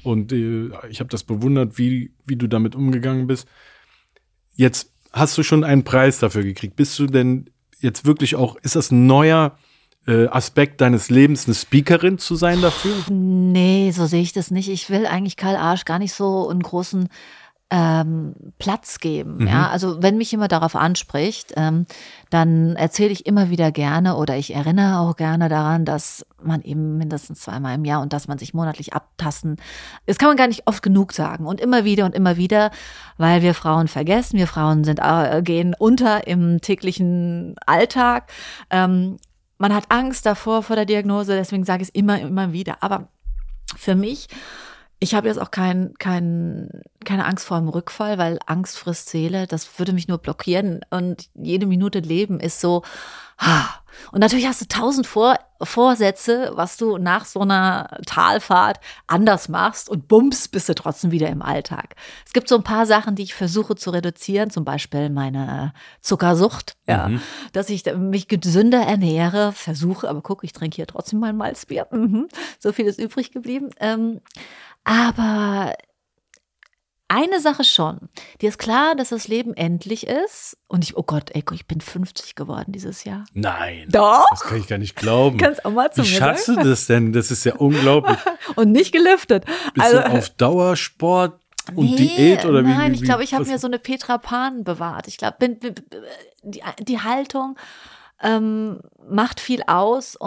Und ich habe das bewundert, wie du damit umgegangen bist. Jetzt hast du schon einen Preis dafür gekriegt. Bist du denn jetzt wirklich auch, ist das ein neuer Aspekt deines Lebens, eine Speakerin zu sein dafür? Nee, so sehe ich das nicht. Ich will eigentlich Karl Arsch gar nicht so einen großen Platz geben. Ja, also wenn mich jemand darauf anspricht, dann erzähle ich immer wieder gerne oder ich erinnere auch gerne daran, dass man eben mindestens 2-mal im Jahr und dass man sich monatlich abtasten. Das kann man gar nicht oft genug sagen und immer wieder, weil wir Frauen vergessen. Wir Frauen gehen unter im täglichen Alltag. Man hat Angst davor vor der Diagnose, deswegen sage ich es immer wieder. Aber für mich, ich habe jetzt auch keine Angst vor dem Rückfall, weil Angst frisst Seele, das würde mich nur blockieren und jede Minute Leben ist so. Und natürlich hast du 1000 Vorsätze, was du nach so einer Talfahrt anders machst und bums, bist du trotzdem wieder im Alltag. Es gibt so ein paar Sachen, die ich versuche zu reduzieren, zum Beispiel meine Zuckersucht, dass ich mich gesünder ernähre, versuche, aber guck, ich trinke hier trotzdem mein Malzbier, so viel ist übrig geblieben. Aber eine Sache schon, dir ist klar, dass das Leben endlich ist. Und oh Gott, ich bin 50 geworden dieses Jahr. Nein. Doch. Das kann ich gar nicht glauben. Kannst auch mal zu Wie mir schaffst du das denn? Das ist ja unglaublich. Und nicht geliftet. Bist du auf Dauersport und Diät oder wie? Nein, ich glaube, ich habe mir so eine Petra Pan bewahrt. Ich glaube, die Haltung macht viel aus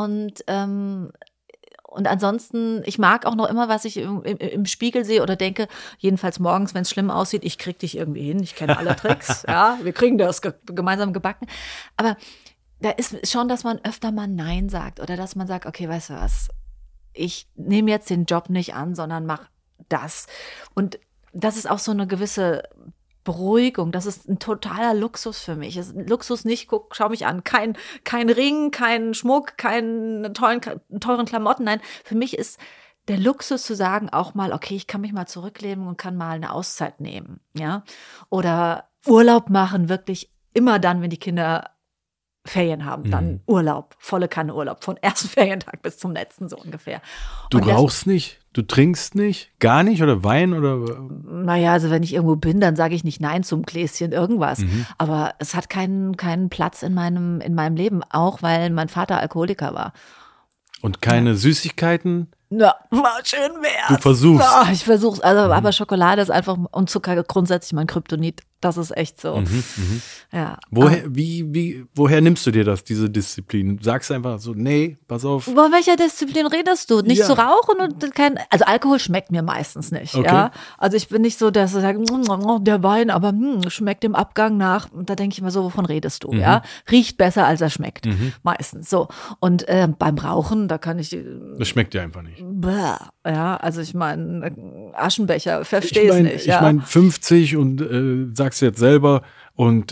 und ansonsten, ich mag auch noch immer, was ich im Spiegel sehe oder denke, jedenfalls morgens, wenn es schlimm aussieht, ich krieg dich irgendwie hin, ich kenne alle Tricks, ja, wir kriegen das gemeinsam gebacken. Aber da ist schon, dass man öfter mal Nein sagt oder dass man sagt, okay, weißt du was, ich nehme jetzt den Job nicht an, sondern mach das. Und das ist auch so eine gewisse Beruhigung, das ist ein totaler Luxus für mich. Es ist ein Luxus nicht, schau mich an, kein Ring, kein Schmuck, keine teuren Klamotten. Nein, für mich ist der Luxus zu sagen auch mal, okay, ich kann mich mal zurücklehnen und kann mal eine Auszeit nehmen, ja, oder Urlaub machen, wirklich immer dann, wenn die Kinder Ferien haben, dann Urlaub, volle Kanne Urlaub, von ersten Ferientag bis zum letzten so ungefähr. Du rauchst nicht? Du trinkst nicht? Gar nicht? Oder Wein? Oder? Naja, also wenn ich irgendwo bin, dann sage ich nicht Nein zum Gläschen irgendwas. Aber es hat keinen Platz in meinem Leben, auch weil mein Vater Alkoholiker war. Und keine Süßigkeiten? Ja, war schön wär's. Du versuchst. Ja, ich versuch's. Also, aber Schokolade ist einfach und Zucker grundsätzlich mein Kryptonit. Das ist echt so. Ja. Woher nimmst du dir das, diese Disziplin? Sagst du einfach so, nee, pass auf. Von welcher Disziplin redest du? Nicht zu rauchen und also Alkohol schmeckt mir meistens nicht. Okay. Ja. Also ich bin nicht so, dass ich sage, der Wein, aber schmeckt im Abgang nach. Und da denke ich immer so, wovon redest du? Ja, riecht besser, als er schmeckt. Meistens. So. Und beim Rauchen, da kann ich. Das schmeckt dir einfach nicht. Ja, also ich meine, Aschenbecher, verstehe es nicht. Ich meine 50 und sagst du jetzt selber und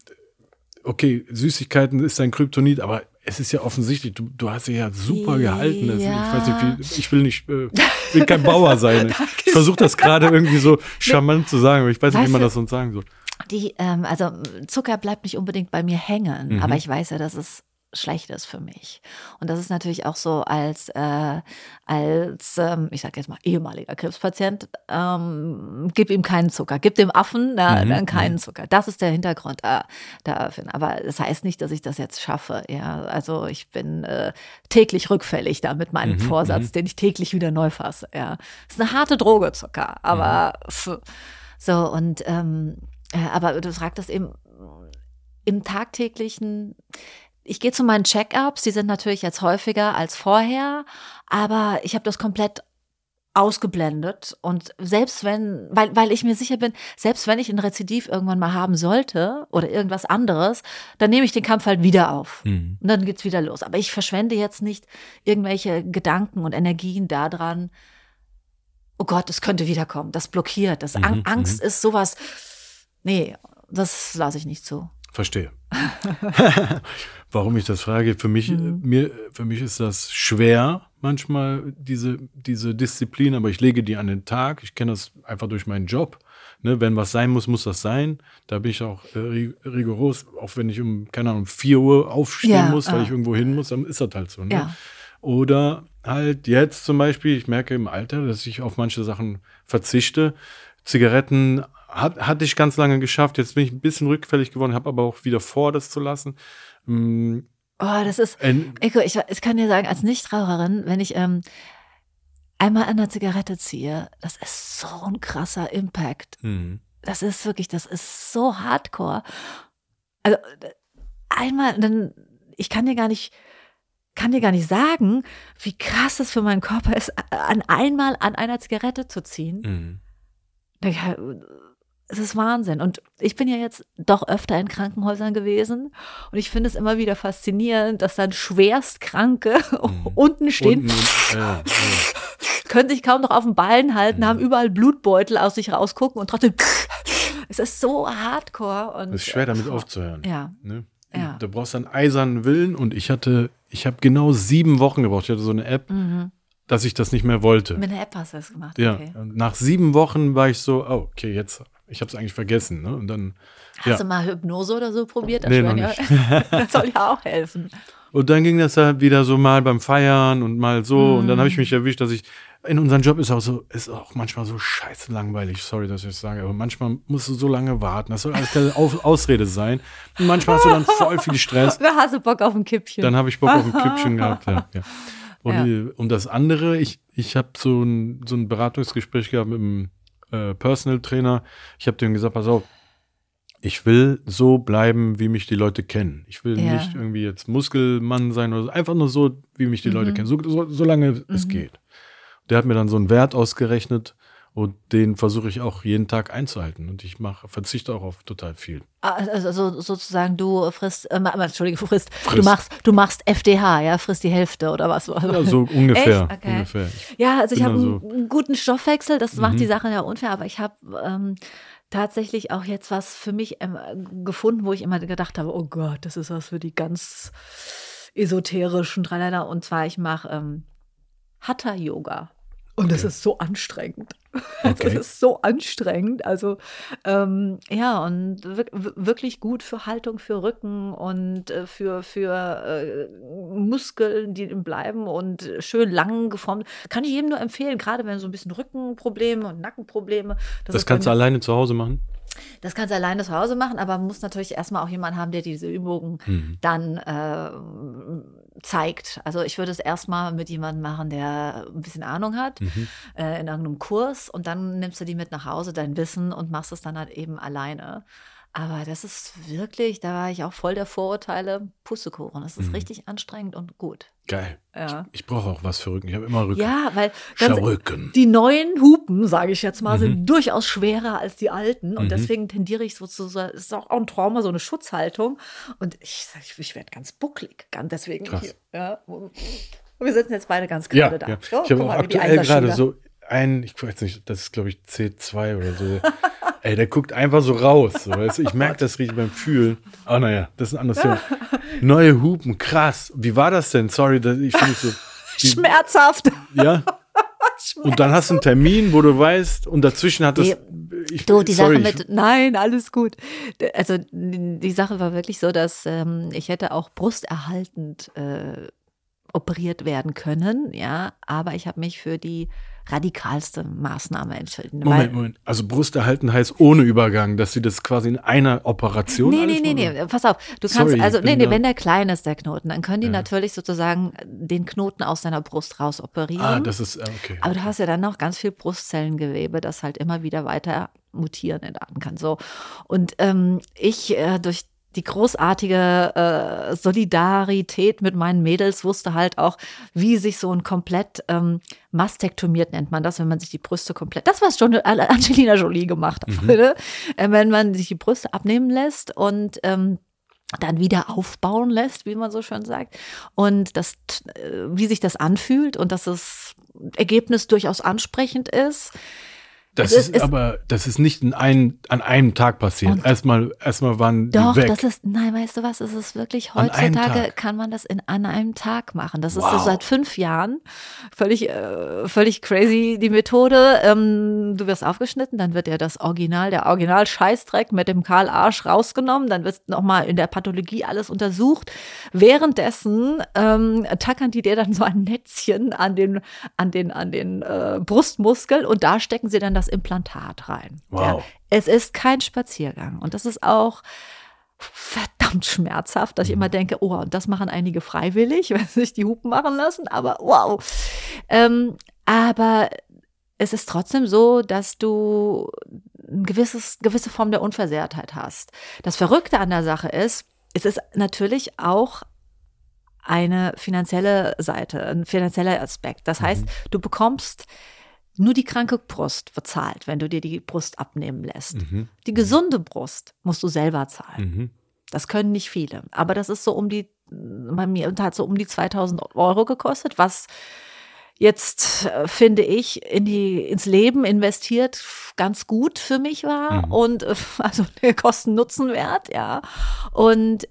okay, Süßigkeiten ist dein Kryptonit, aber es ist ja offensichtlich, du hast sie ja super gehalten. Also, ich weiß nicht, ich will kein Bauer sein. Ich versuche das gerade irgendwie so charmant zu sagen, aber ich weiß nicht, wie man das sonst sagen soll. Also Zucker bleibt nicht unbedingt bei mir hängen, aber ich weiß ja, dass es schlecht ist für mich. Und das ist natürlich auch so als ich sage jetzt mal, ehemaliger Krebspatient, gib ihm keinen Zucker. Gib dem Affen dann keinen Zucker. Das ist der Hintergrund dafür. Aber das heißt nicht, dass ich das jetzt schaffe. Ja, also ich bin täglich rückfällig da mit meinem Vorsatz, den ich täglich wieder neu fasse. Ja, ist eine harte Droge, Zucker. Aber so und aber du fragst das eben im tagtäglichen. Ich gehe zu meinen Check-ups, die sind natürlich jetzt häufiger als vorher, aber ich habe das komplett ausgeblendet und selbst wenn, weil ich mir sicher bin, selbst wenn ich ein Rezidiv irgendwann mal haben sollte oder irgendwas anderes, dann nehme ich den Kampf halt wieder auf und dann geht's wieder los. Aber ich verschwende jetzt nicht irgendwelche Gedanken und Energien daran, oh Gott, es könnte wiederkommen, das blockiert, das Angst ist sowas, nee, das lasse ich nicht zu. Verstehe. Warum ich das frage, für mich ist das schwer manchmal, diese Disziplin, aber ich lege die an den Tag. Ich kenne das einfach durch meinen Job. Ne, wenn was sein muss, muss das sein. Da bin ich auch rigoros, auch wenn ich um 4 Uhr aufstehen muss, weil ich irgendwo hin muss, dann ist das halt so. Ne? Ja. Oder halt jetzt zum Beispiel, ich merke im Alter, dass ich auf manche Sachen verzichte. Zigaretten hatte ich ganz lange geschafft. Jetzt bin ich ein bisschen rückfällig geworden, habe aber auch wieder vor, das zu lassen. Das ist, Eko, ich kann dir sagen, als Nichtraucherin, wenn ich einmal an der Zigarette ziehe, das ist so ein krasser Impact. Das ist so hardcore. Also einmal, dann, ich kann dir gar nicht sagen, wie krass es für meinen Körper ist, einmal an einer Zigarette zu ziehen. Es ist Wahnsinn. Und ich bin ja jetzt doch öfter in Krankenhäusern gewesen und ich finde es immer wieder faszinierend, dass dann Schwerstkranke unten stehen, können sich kaum noch auf den Beinen halten, haben überall Blutbeutel aus sich rausgucken und trotzdem, es ist so hardcore. Und es ist schwer, damit aufzuhören. Ja. Ne? Ja. Du brauchst einen eisernen Willen und ich habe genau 7 Wochen gebraucht. Ich hatte so eine App, dass ich das nicht mehr wollte. Mit einer App hast du das gemacht? Ja, okay. Und nach 7 Wochen war ich so, okay, jetzt, ich habe es eigentlich vergessen. Ne? Und dann, Hast du mal Hypnose oder so probiert? Nee, noch nicht. Das soll ja auch helfen. Und dann ging das halt wieder so mal beim Feiern und mal so. Und dann habe ich mich erwischt, dass ich, in unserem Job ist auch manchmal so scheiße langweilig. Sorry, dass ich das sage, aber manchmal musst du so lange warten. Das soll alles keine Ausrede sein. Und manchmal hast du dann voll viel Stress. Da hast du Bock auf ein Kippchen. Dann habe ich Bock auf ein Kippchen gehabt, ja. Und das andere, ich habe so ein Beratungsgespräch gehabt mit einem Personal Trainer. Ich habe dem gesagt, pass auf, ich will so bleiben, wie mich die Leute kennen. Ich will nicht irgendwie jetzt Muskelmann sein oder so. Einfach nur so, wie mich die Leute kennen. So lange es geht. Der hat mir dann so einen Wert ausgerechnet und den versuche ich auch jeden Tag einzuhalten. Und ich verzichte auch auf total viel. Also sozusagen du frisst. Du machst FDH, ja, frisst die Hälfte oder was? Ja, so ungefähr. Echt? Okay. Ungefähr. Ja, also ich habe so einen guten Stoffwechsel, das macht die Sache ja unfair, aber ich habe tatsächlich auch jetzt was für mich gefunden, wo ich immer gedacht habe, oh Gott, das ist was für die ganz esoterischen Tralala. Und zwar, ich mache Hatha-Yoga. Und das ist so anstrengend. Okay. Das ist so anstrengend. Also und wirklich gut für Haltung, für Rücken und für Muskeln, die bleiben und schön lang geformt. Kann ich jedem nur empfehlen, gerade wenn so ein bisschen Rückenprobleme und Nackenprobleme. Das kannst du alleine zu Hause machen? Das kannst du alleine zu Hause machen, aber man muss natürlich erstmal auch jemanden haben, der diese Übungen dann zeigt. Also ich würde es erstmal mit jemandem machen, der ein bisschen Ahnung hat, in irgendeinem Kurs, und dann nimmst du die mit nach Hause, dein Wissen, und machst es dann halt eben alleine. Aber das ist wirklich, da war ich auch voll der Vorurteile, Pustekuchen. Das ist richtig anstrengend und gut. Geil. Ja. Ich brauche auch was für Rücken. Ich habe immer Rücken. Ja, weil Rücken. Die neuen Hupen, sage ich jetzt mal, sind durchaus schwerer als die alten. Und deswegen tendiere ich sozusagen, es ist auch ein Trauma, so eine Schutzhaltung. Und ich werde ganz bucklig. Deswegen Krass. hier. Ja. Und wir sitzen jetzt beide ganz gerade da. Ja. So, Ich habe guck auch mal, wie die aktuell gerade Einserschüler. so ich weiß nicht, das ist glaube ich C2 oder so. Ey, der guckt einfach so raus. So, weißt du? Ich merke das richtig beim Fühlen. Aber naja, das ist ein anderes Thema. Neue Hupen, krass. Wie war das denn? Sorry, ich finde so. Schmerzhaft. Ja. Und dann hast du einen Termin, wo du weißt, und dazwischen hat das. Nein, alles gut. Also die Sache war wirklich so, dass ich hätte auch brusterhaltend operiert werden können, ja, aber ich habe mich für die radikalste Maßnahme entschieden. Moment. Also Brusterhalten heißt ohne Übergang, dass sie das quasi in einer Operation Nee, pass auf. Du kannst, wenn der klein ist, der Knoten, dann können die natürlich sozusagen den Knoten aus deiner Brust raus operieren. Ah, das ist, okay. Aber du hast ja dann noch ganz viel Brustzellengewebe, das halt immer wieder weiter mutieren kann. So. Und ich durch die großartige Solidarität mit meinen Mädels wusste halt auch, wie sich so ein komplett mastektomiert, nennt man das, wenn man sich die Brüste komplett, das, was schon Angelina Jolie gemacht hat, wenn man sich die Brüste abnehmen lässt und dann wieder aufbauen lässt, wie man so schön sagt, und wie sich das anfühlt und dass das Ergebnis durchaus ansprechend ist. Das ist nicht an einem Tag passiert. Erstmal waren die weg. Nein, weißt du was, es ist wirklich, heutzutage kann man das an einem Tag machen. Das ist so seit 5 Jahren völlig crazy, die Methode. Du wirst aufgeschnitten, dann wird ja der Original-Scheißdreck mit dem Kahl-Arsch rausgenommen, dann wird nochmal in der Pathologie alles untersucht. Währenddessen tackern die dir dann so ein Netzchen an den Brustmuskel und da stecken sie dann das Implantat rein. Wow. Ja, es ist kein Spaziergang und das ist auch verdammt schmerzhaft, dass ich immer denke, oh, und das machen einige freiwillig, wenn sie sich die Hupen machen lassen, aber wow. Aber es ist trotzdem so, dass du eine gewisse Form der Unversehrtheit hast. Das Verrückte an der Sache ist, es ist natürlich auch eine finanzielle Seite, ein finanzieller Aspekt. Das heißt, du bekommst nur die kranke Brust bezahlt, wenn du dir die Brust abnehmen lässt. Die gesunde Brust musst du selber zahlen. Das können nicht viele. Aber das ist bei mir hat so um die 2.000 € gekostet, was jetzt, finde ich, ins Leben investiert ganz gut für mich war. Und also der Kosten-Nutzen-Wert, ja. Und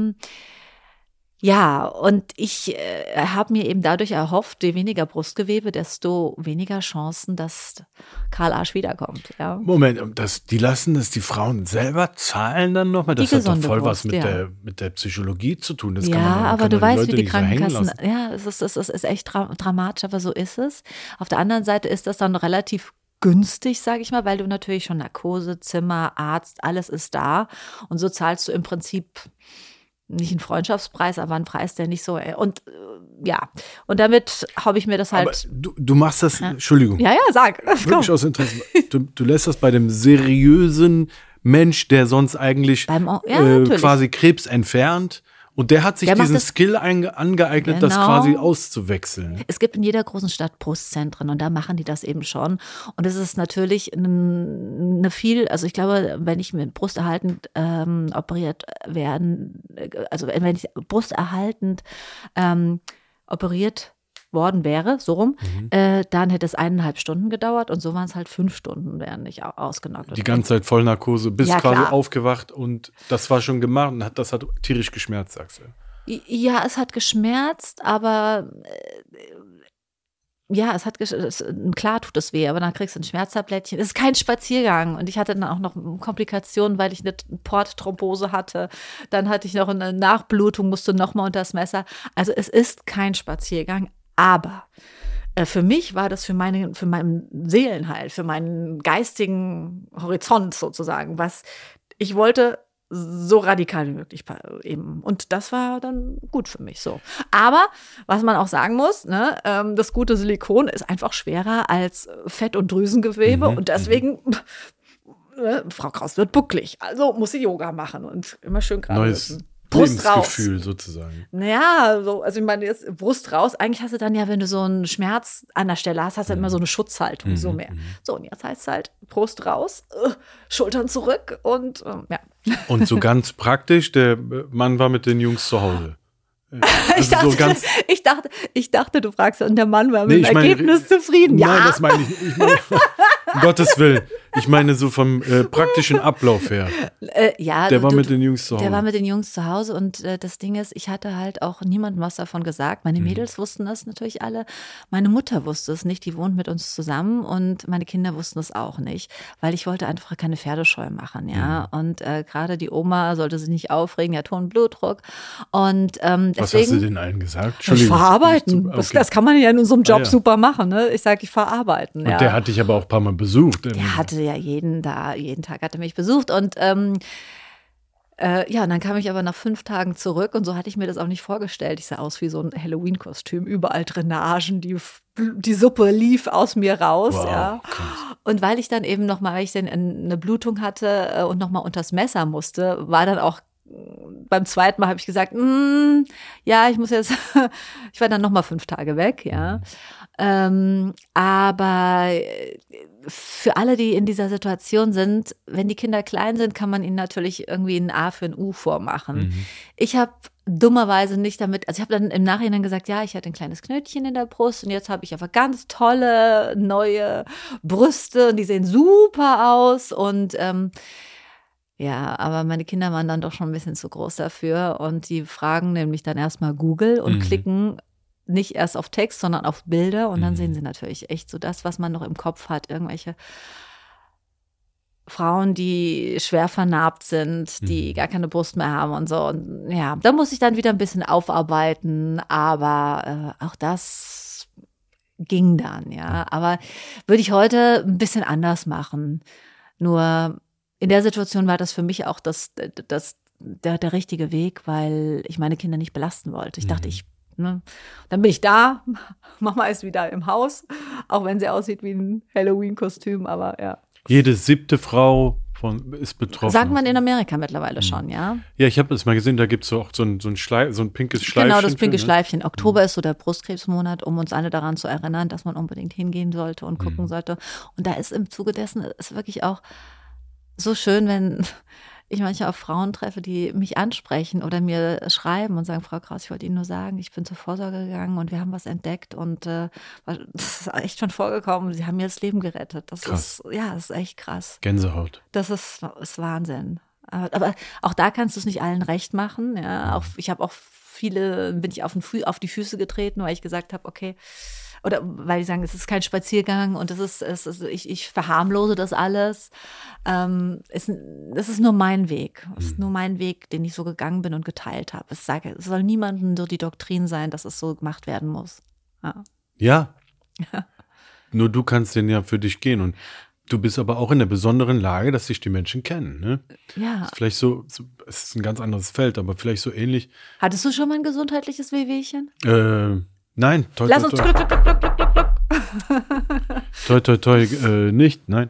ja, und ich habe mir eben dadurch erhofft, je weniger Brustgewebe, desto weniger Chancen, dass Kahl-Arsch wiederkommt. Ja. Moment, die lassen das die Frauen selber zahlen dann nochmal? Das hat doch voll Brust, was mit der Psychologie zu tun. Das aber du weißt, wie die Krankenkassen, so es ist echt dramatisch, aber so ist es. Auf der anderen Seite ist das dann relativ günstig, sage ich mal, weil du natürlich schon Narkose, Zimmer, Arzt, alles ist da. Und so zahlst du im Prinzip nicht einen Freundschaftspreis, aber einen Preis, der nicht so, und damit habe ich mir das halt. Aber du machst das, Entschuldigung. Ja, sag. Wirklich aus Interesse. Du lässt das bei dem seriösen Mensch, der sonst eigentlich quasi Krebs entfernt. Und der hat sich diesen Skill angeeignet, das quasi auszuwechseln. Es gibt in jeder großen Stadt Brustzentren und da machen die das eben schon. Und es ist natürlich also ich glaube, wenn ich mit brusterhaltend operiert werden, also wenn ich brusterhaltend operiert worden wäre, so rum, dann hätte es 1,5 Stunden gedauert und so waren es halt 5 Stunden, wären nicht ausgenockt. Die ganze Zeit Vollnarkose, bis quasi aufgewacht und das war schon gemacht und das hat tierisch geschmerzt, sagst du. Ja, es hat geschmerzt, aber klar tut es weh, aber dann kriegst du ein Schmerztablettchen. Es ist kein Spaziergang und ich hatte dann auch noch Komplikationen, weil ich eine Portthrombose hatte. Dann hatte ich noch eine Nachblutung, musste nochmal unter das Messer. Also es ist kein Spaziergang, aber für mich war das für meinen Seelenheil, für meinen geistigen Horizont sozusagen, was ich wollte, so radikal wie möglich eben. Und das war dann gut für mich so. Aber, was man auch sagen muss, ne, das gute Silikon ist einfach schwerer als Fett- und Drüsengewebe und deswegen, Frau Kraus wird bucklig, also muss sie Yoga machen und immer schön gerade sitzen. Brust raus. Lebensgefühl sozusagen. Naja, also ich meine, jetzt Brust raus. Eigentlich hast du dann ja, wenn du so einen Schmerz an der Stelle hast, hast du immer so eine Schutzhaltung, so mehr. So, und jetzt heißt es halt Brust raus, Schultern zurück und ja. Und so ganz praktisch, der Mann war mit den Jungs zu Hause. Also ich dachte, du fragst, und der Mann war mit dem Ergebnis zufrieden. Ja. Nein, das meine ich nicht. Um Gottes Willen. Ich meine so vom praktischen Ablauf her. Der war mit den Jungs zu Hause. Der war mit den Jungs zu Hause und das Ding ist, ich hatte halt auch niemandem was davon gesagt. Meine Mädels wussten das natürlich alle. Meine Mutter wusste es nicht, die wohnt mit uns zusammen und meine Kinder wussten es auch nicht, weil ich wollte einfach keine Pferdescheu machen, ja. Und gerade die Oma sollte sich nicht aufregen, die hat hohen Blutdruck. Und deswegen, was hast du denn allen gesagt? Verarbeiten. Okay. Das kann man ja in unserem Job super machen, ne? Ich sage, ich verarbeiten. Und der hat dich aber auch ein paar Mal besucht. Der hatte ja jeden Tag hat er mich besucht und und dann kam ich aber nach 5 Tagen zurück und so hatte ich mir das auch nicht vorgestellt. Ich sah aus wie so ein Halloween-Kostüm, überall Drainagen, die Suppe lief aus mir raus. Wow, ja. Und weil ich dann eben weil ich dann eine Blutung hatte und nochmal unters Messer musste, war dann auch beim zweiten Mal habe ich gesagt, ja, ich war dann nochmal 5 Tage weg, ja. Aber für alle, die in dieser Situation sind, wenn die Kinder klein sind, kann man ihnen natürlich irgendwie ein A für ein U vormachen. Ich habe dummerweise nicht damit, also ich habe dann im Nachhinein gesagt, ja, ich hatte ein kleines Knötchen in der Brust und jetzt habe ich aber ganz tolle neue Brüste und die sehen super aus und ja, aber meine Kinder waren dann doch schon ein bisschen zu groß dafür und die fragen nämlich dann erstmal Google und klicken nicht erst auf Text, sondern auf Bilder und dann sehen sie natürlich echt so das, was man noch im Kopf hat, irgendwelche Frauen, die schwer vernarbt sind, die gar keine Brust mehr haben und so. Und ja, da muss ich dann wieder ein bisschen aufarbeiten, aber auch das ging dann, ja. Aber würde ich heute ein bisschen anders machen. Nur in der Situation war das für mich auch der richtige Weg, weil ich meine Kinder nicht belasten wollte. Ich dachte, dann bin ich da, Mama ist wieder im Haus, auch wenn sie aussieht wie ein Halloween-Kostüm, aber ja. Jede 7. Frau ist betroffen. Sagt man in Amerika mittlerweile schon, ja? Ja, ich habe das mal gesehen, da gibt es auch so ein pinkes Schleifchen. Genau, das pinke Schleifchen. Oktober ist so der Brustkrebsmonat, um uns alle daran zu erinnern, dass man unbedingt hingehen sollte und gucken sollte. Und da ist im Zuge dessen ist wirklich auch so schön, wenn ich manchmal auf Frauen treffe, die mich ansprechen oder mir schreiben und sagen, Frau Kraus, ich wollte Ihnen nur sagen, ich bin zur Vorsorge gegangen und wir haben was entdeckt und das ist echt schon vorgekommen. Sie haben mir das Leben gerettet. Das krass. ist echt krass. Gänsehaut. Das ist Wahnsinn. Aber auch da kannst du es nicht allen recht machen. Ja, ich habe auch bin ich auf die Füße getreten, weil ich gesagt habe, okay, oder weil die sagen, es ist kein Spaziergang und ich verharmlose das alles. Es ist nur mein Weg. Es ist nur mein Weg, den ich so gegangen bin und geteilt habe. Es soll niemandem so die Doktrin sein, dass es so gemacht werden muss. Ja. Nur du kannst den ja für dich gehen und du bist aber auch in der besonderen Lage, dass dich die Menschen kennen. Ne? Ja. Ist vielleicht es ist ein ganz anderes Feld, aber vielleicht so ähnlich. Hattest du schon mal ein gesundheitliches Wehwehchen? Nein, toi, Lass toi, uns toi. Toi, toi, toi, nicht, nein.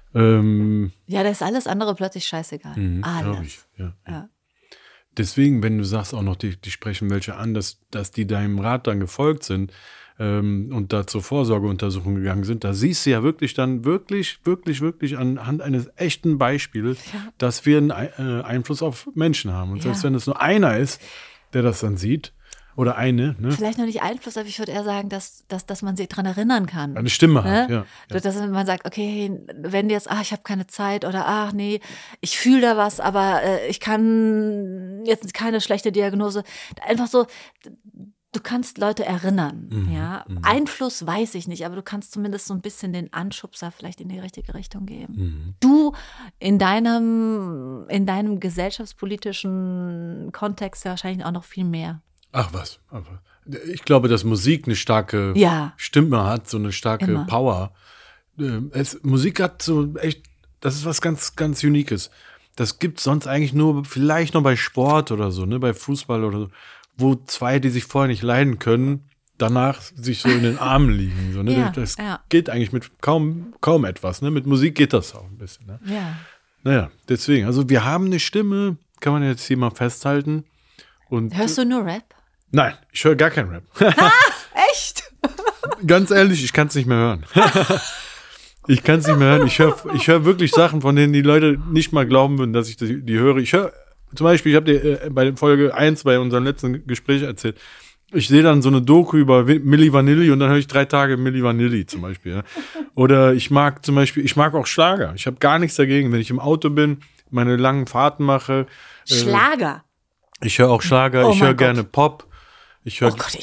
Ja, da ist alles andere plötzlich scheißegal. Glaube ich, Alles. ja. Deswegen, wenn du sagst auch noch, die sprechen welche an, dass die deinem Rat dann gefolgt sind und da zur Vorsorgeuntersuchung gegangen sind, da siehst du ja wirklich dann wirklich anhand eines echten Beispiels, dass wir einen Einfluss auf Menschen haben. Und selbst wenn es nur einer ist, der das dann sieht, oder eine, ne? Vielleicht noch nicht Einfluss, aber ich würde eher sagen, dass man sich daran erinnern kann. Eine Stimme hat, ja. Dass man sagt, okay, wenn jetzt, ich habe keine Zeit oder nee, ich fühle da was, aber ich kann jetzt keine schlechte Diagnose. Einfach so, du kannst Leute erinnern, ja. Einfluss weiß ich nicht, aber du kannst zumindest so ein bisschen den Anschubser vielleicht in die richtige Richtung geben. Du in deinem gesellschaftspolitischen Kontext ja wahrscheinlich auch noch viel mehr. Ach was. Ich glaube, dass Musik eine starke Stimme hat, so eine starke Power. Musik hat so echt, das ist was ganz, ganz Unikes. Das gibt es sonst eigentlich nur, vielleicht noch bei Sport oder so, ne, bei Fußball oder so, wo zwei, die sich vorher nicht leiden können, danach sich so in den Armen liegen. So, ne? Das geht eigentlich mit kaum etwas. Ne? Mit Musik geht das auch ein bisschen. Ne? Ja. Naja, deswegen. Also wir haben eine Stimme, kann man jetzt hier mal festhalten. Und hörst du nur Rap? Nein, ich höre gar keinen Rap. Echt? Ganz ehrlich, ich kann es nicht mehr hören. Ich kann es nicht mehr hören. Ich hör wirklich Sachen, von denen die Leute nicht mal glauben würden, dass ich die höre. Ich höre, zum Beispiel, ich habe dir bei Folge 1 bei unserem letzten Gespräch erzählt, ich sehe dann so eine Doku über Milli Vanilli und dann höre ich 3 Tage Milli Vanilli zum Beispiel. Ja. Oder ich mag auch Schlager. Ich habe gar nichts dagegen, wenn ich im Auto bin, meine langen Fahrten mache. Schlager? Ich höre auch Schlager, ich höre gerne Pop. Oh Gott,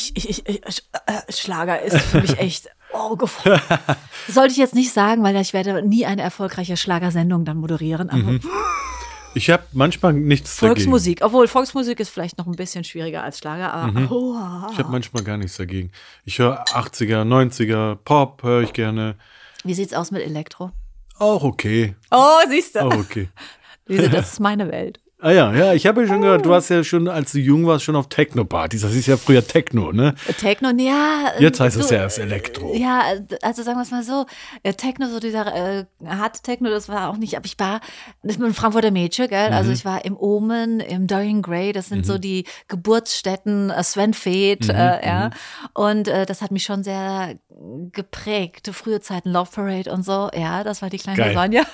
Schlager ist für mich echt, das sollte ich jetzt nicht sagen, weil ich werde nie eine erfolgreiche Schlagersendung dann moderieren. Aber ich habe manchmal nichts Volksmusik, dagegen. Obwohl Volksmusik ist vielleicht noch ein bisschen schwieriger als Schlager, aber Ich habe manchmal gar nichts dagegen. Ich höre 80er, 90er, Pop höre ich gerne. Wie sieht's aus mit Elektro? Auch okay. Oh, siehst du. Auch okay. Das ist meine Welt. Ah ja, ich habe ja schon gehört, du warst ja schon, als du jung warst, schon auf Techno-Partys. Das ist ja früher Techno, ne? Techno, ja. Jetzt heißt es ja erst Elektro. Ja, also sagen wir es mal so, Techno, so dieser harte Techno, das war auch nicht, aber ich bin ein Frankfurter Mädchen, gell? Also ich war im Omen, im Dorian Gray, das sind so die Geburtsstätten, Sven Väth, ja. Und das hat mich schon sehr geprägt. Frühe Zeiten, Love Parade und so, ja, das war die kleine Sonja.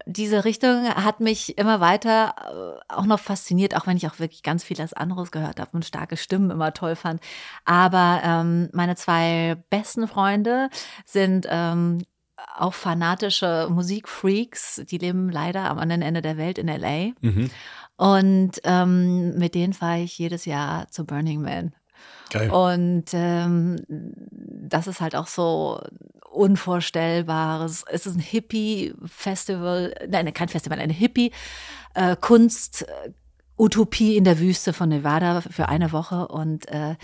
diese Richtung hat mich immer weiter auch noch fasziniert, auch wenn ich auch wirklich ganz vieles anderes gehört habe und starke Stimmen immer toll fand. Aber meine 2 besten Freunde sind auch fanatische Musikfreaks. Die leben leider am anderen Ende der Welt in L.A. Und mit denen fahre ich jedes Jahr zu Burning Man. Geil. Und das ist halt auch so Unvorstellbares. Es ist ein Hippie-Festival, nein, kein Festival, eine Hippie-Kunst-Utopie in der Wüste von Nevada für eine Woche. Und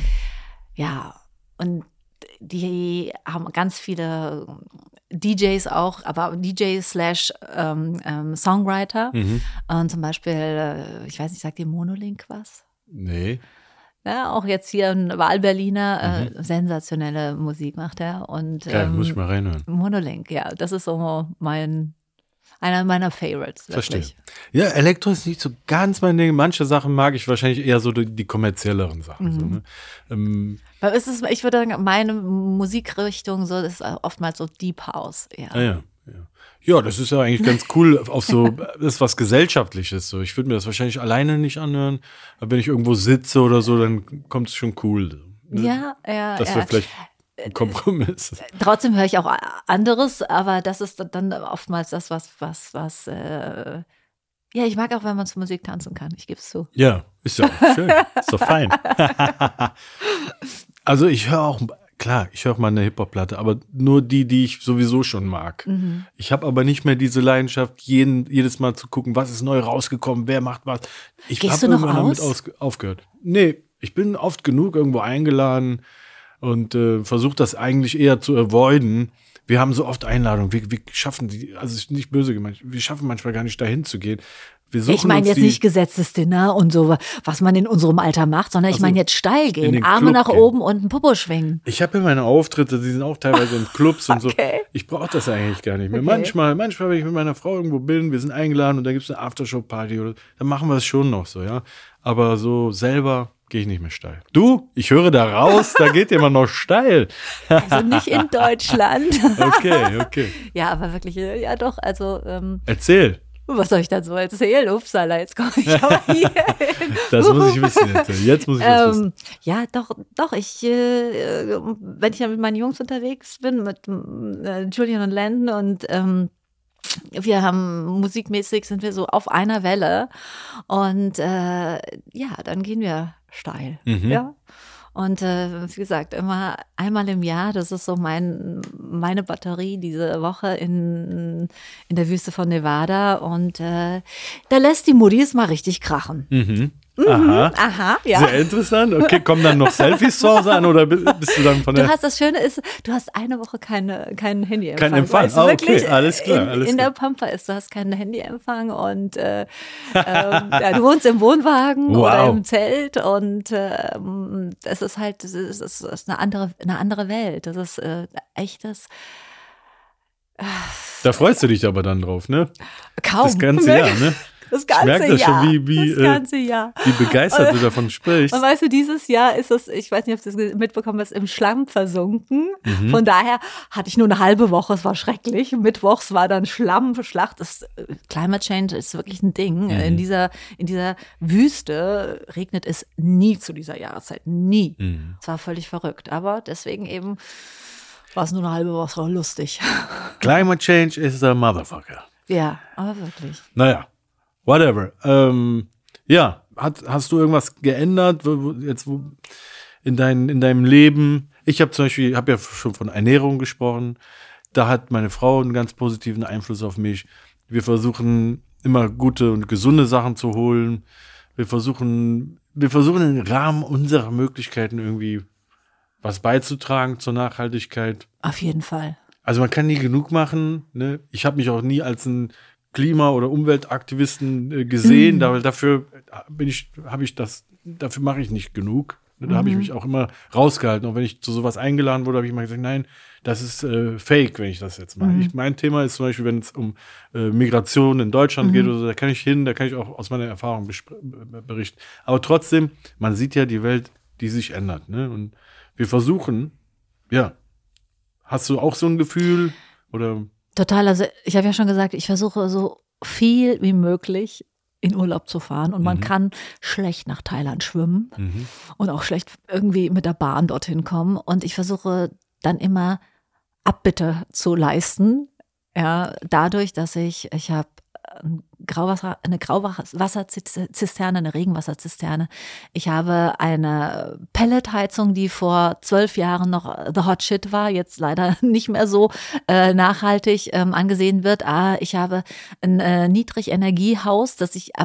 und die haben ganz viele DJs auch, aber DJ/Songwriter. Und zum Beispiel, ich weiß nicht, sagt dir Monolink was? Nee. Ja, auch jetzt hier ein Wahlberliner, sensationelle Musik macht er. Und, Geil, muss ich mal reinhören. Monolink, ja, das ist so einer meiner Favorites. Verstehe. Wirklich. Ja, Elektro ist nicht so ganz mein Ding. Manche Sachen mag ich wahrscheinlich eher so die kommerzielleren Sachen. So, ne? Aber ich würde sagen, meine Musikrichtung so ist oftmals so Deep House. Ja. Ja, das ist ja eigentlich ganz cool auf so, das ist was Gesellschaftliches. So. Ich würde mir das wahrscheinlich alleine nicht anhören, aber wenn ich irgendwo sitze oder so, dann kommt es schon cool. Ne? Ja. Das wäre vielleicht ein Kompromiss. Trotzdem höre ich auch anderes, aber das ist dann oftmals das, was ich mag auch, wenn man zur Musik tanzen kann. Ich gebe es zu. Ja, ist ja auch schön. Ist doch fein. Also ich höre auch, klar, ich höre auch mal eine Hip-Hop-Platte, aber nur die ich sowieso schon mag. Ich habe aber nicht mehr diese Leidenschaft, jedes Mal zu gucken, was ist neu rausgekommen, wer macht was. Gehst du noch damit aus? aufgehört. Nee, ich bin oft genug irgendwo eingeladen und versuche das eigentlich eher zu avoiden. Wir haben so oft Einladungen, wir schaffen die, also ist nicht böse gemeint, wir schaffen manchmal gar nicht dahin zu gehen. Ich meine jetzt nicht gesetztes Dinner und so, was man in unserem Alter macht, sondern ich meine jetzt steil gehen, Arme nach oben und ein Popo schwingen. Ich habe ja meine Auftritte, die sind auch teilweise in Clubs und so. Ich brauche das eigentlich gar nicht mehr. Manchmal, wenn ich mit meiner Frau irgendwo bin, wir sind eingeladen und da gibt es eine Aftershow-Party oder dann machen wir es schon noch so, ja. Aber so selber gehe ich nicht mehr steil. Du, ich höre da raus, da geht jemand noch steil. Also nicht in Deutschland. Okay. Ja, aber wirklich, ja doch, also. Erzähl. Was soll ich dann so erzählen? Upsala, jetzt komme ich aber hier hin. Das muss ich wissen jetzt muss ich was wissen. Ja, doch, wenn ich ja mit meinen Jungs unterwegs bin, mit Julian und Landon und wir haben musikmäßig sind wir so auf einer Welle und dann gehen wir steil. Ja. Und wie gesagt, immer einmal im Jahr, das ist so meine Batterie diese Woche in der Wüste von Nevada. Und da lässt die Muddis mal richtig krachen. Aha, ja. Sehr interessant. Okay, kommen dann noch Selfies zu Hause an oder bist du dann von der... Das Schöne ist, du hast eine Woche keinen Handyempfang. Kein Empfang, weißt du, okay, alles klar. In der Pampa du hast keinen Handyempfang und du wohnst im Wohnwagen oder im Zelt und es ist halt, es ist eine andere Welt. Das ist echtes... Da freust du dich aber dann drauf, ne? Kaum. Das ganze Jahr, ne? Das ganze Jahr. Ich merke das Jahr. Schon, wie begeistert du davon sprichst. Und weißt du, dieses Jahr ist es, ich weiß nicht, ob du das mitbekommen hast, im Schlamm versunken. Von daher hatte ich nur eine halbe Woche, es war schrecklich. Mittwochs war dann Schlammschlacht. Climate Change ist wirklich ein Ding. In dieser Wüste regnet es nie zu dieser Jahreszeit. Nie. Es war völlig verrückt. Aber deswegen eben war es nur eine halbe Woche, war lustig. Climate Change is a motherfucker. Ja, aber wirklich. Naja. Whatever. Hast du irgendwas geändert in deinem Leben? Ich habe zum Beispiel, ja schon von Ernährung gesprochen. Da hat meine Frau einen ganz positiven Einfluss auf mich. Wir versuchen immer gute und gesunde Sachen zu holen. Wir versuchen im Rahmen unserer Möglichkeiten irgendwie was beizutragen zur Nachhaltigkeit. Auf jeden Fall. Also man kann nie genug machen. Ne? Ich habe mich auch nie als ein Klima- oder Umweltaktivisten gesehen, dafür mache ich nicht genug. Da habe ich mich auch immer rausgehalten. Und wenn ich zu sowas eingeladen wurde, habe ich immer gesagt, nein, das ist fake, wenn ich das jetzt mache. Mein Thema ist zum Beispiel, wenn es um Migration in Deutschland geht oder so, da kann ich auch aus meiner Erfahrung berichten. Aber trotzdem, man sieht ja die Welt, die sich ändert. Ne? Und wir versuchen, hast du auch so ein Gefühl oder... Total, also ich habe ja schon gesagt, ich versuche so viel wie möglich in Urlaub zu fahren. Und man kann schlecht nach Thailand schwimmen und auch schlecht irgendwie mit der Bahn dorthin kommen. Und ich versuche dann immer Abbitte zu leisten. Ja, dadurch, dass ich habe eine Grauwasserzisterne, eine Regenwasserzisterne. Ich habe eine Pelletheizung, die vor 12 Jahren noch the hot shit war, jetzt leider nicht mehr so nachhaltig angesehen wird. Ich habe ein Niedrigenergiehaus,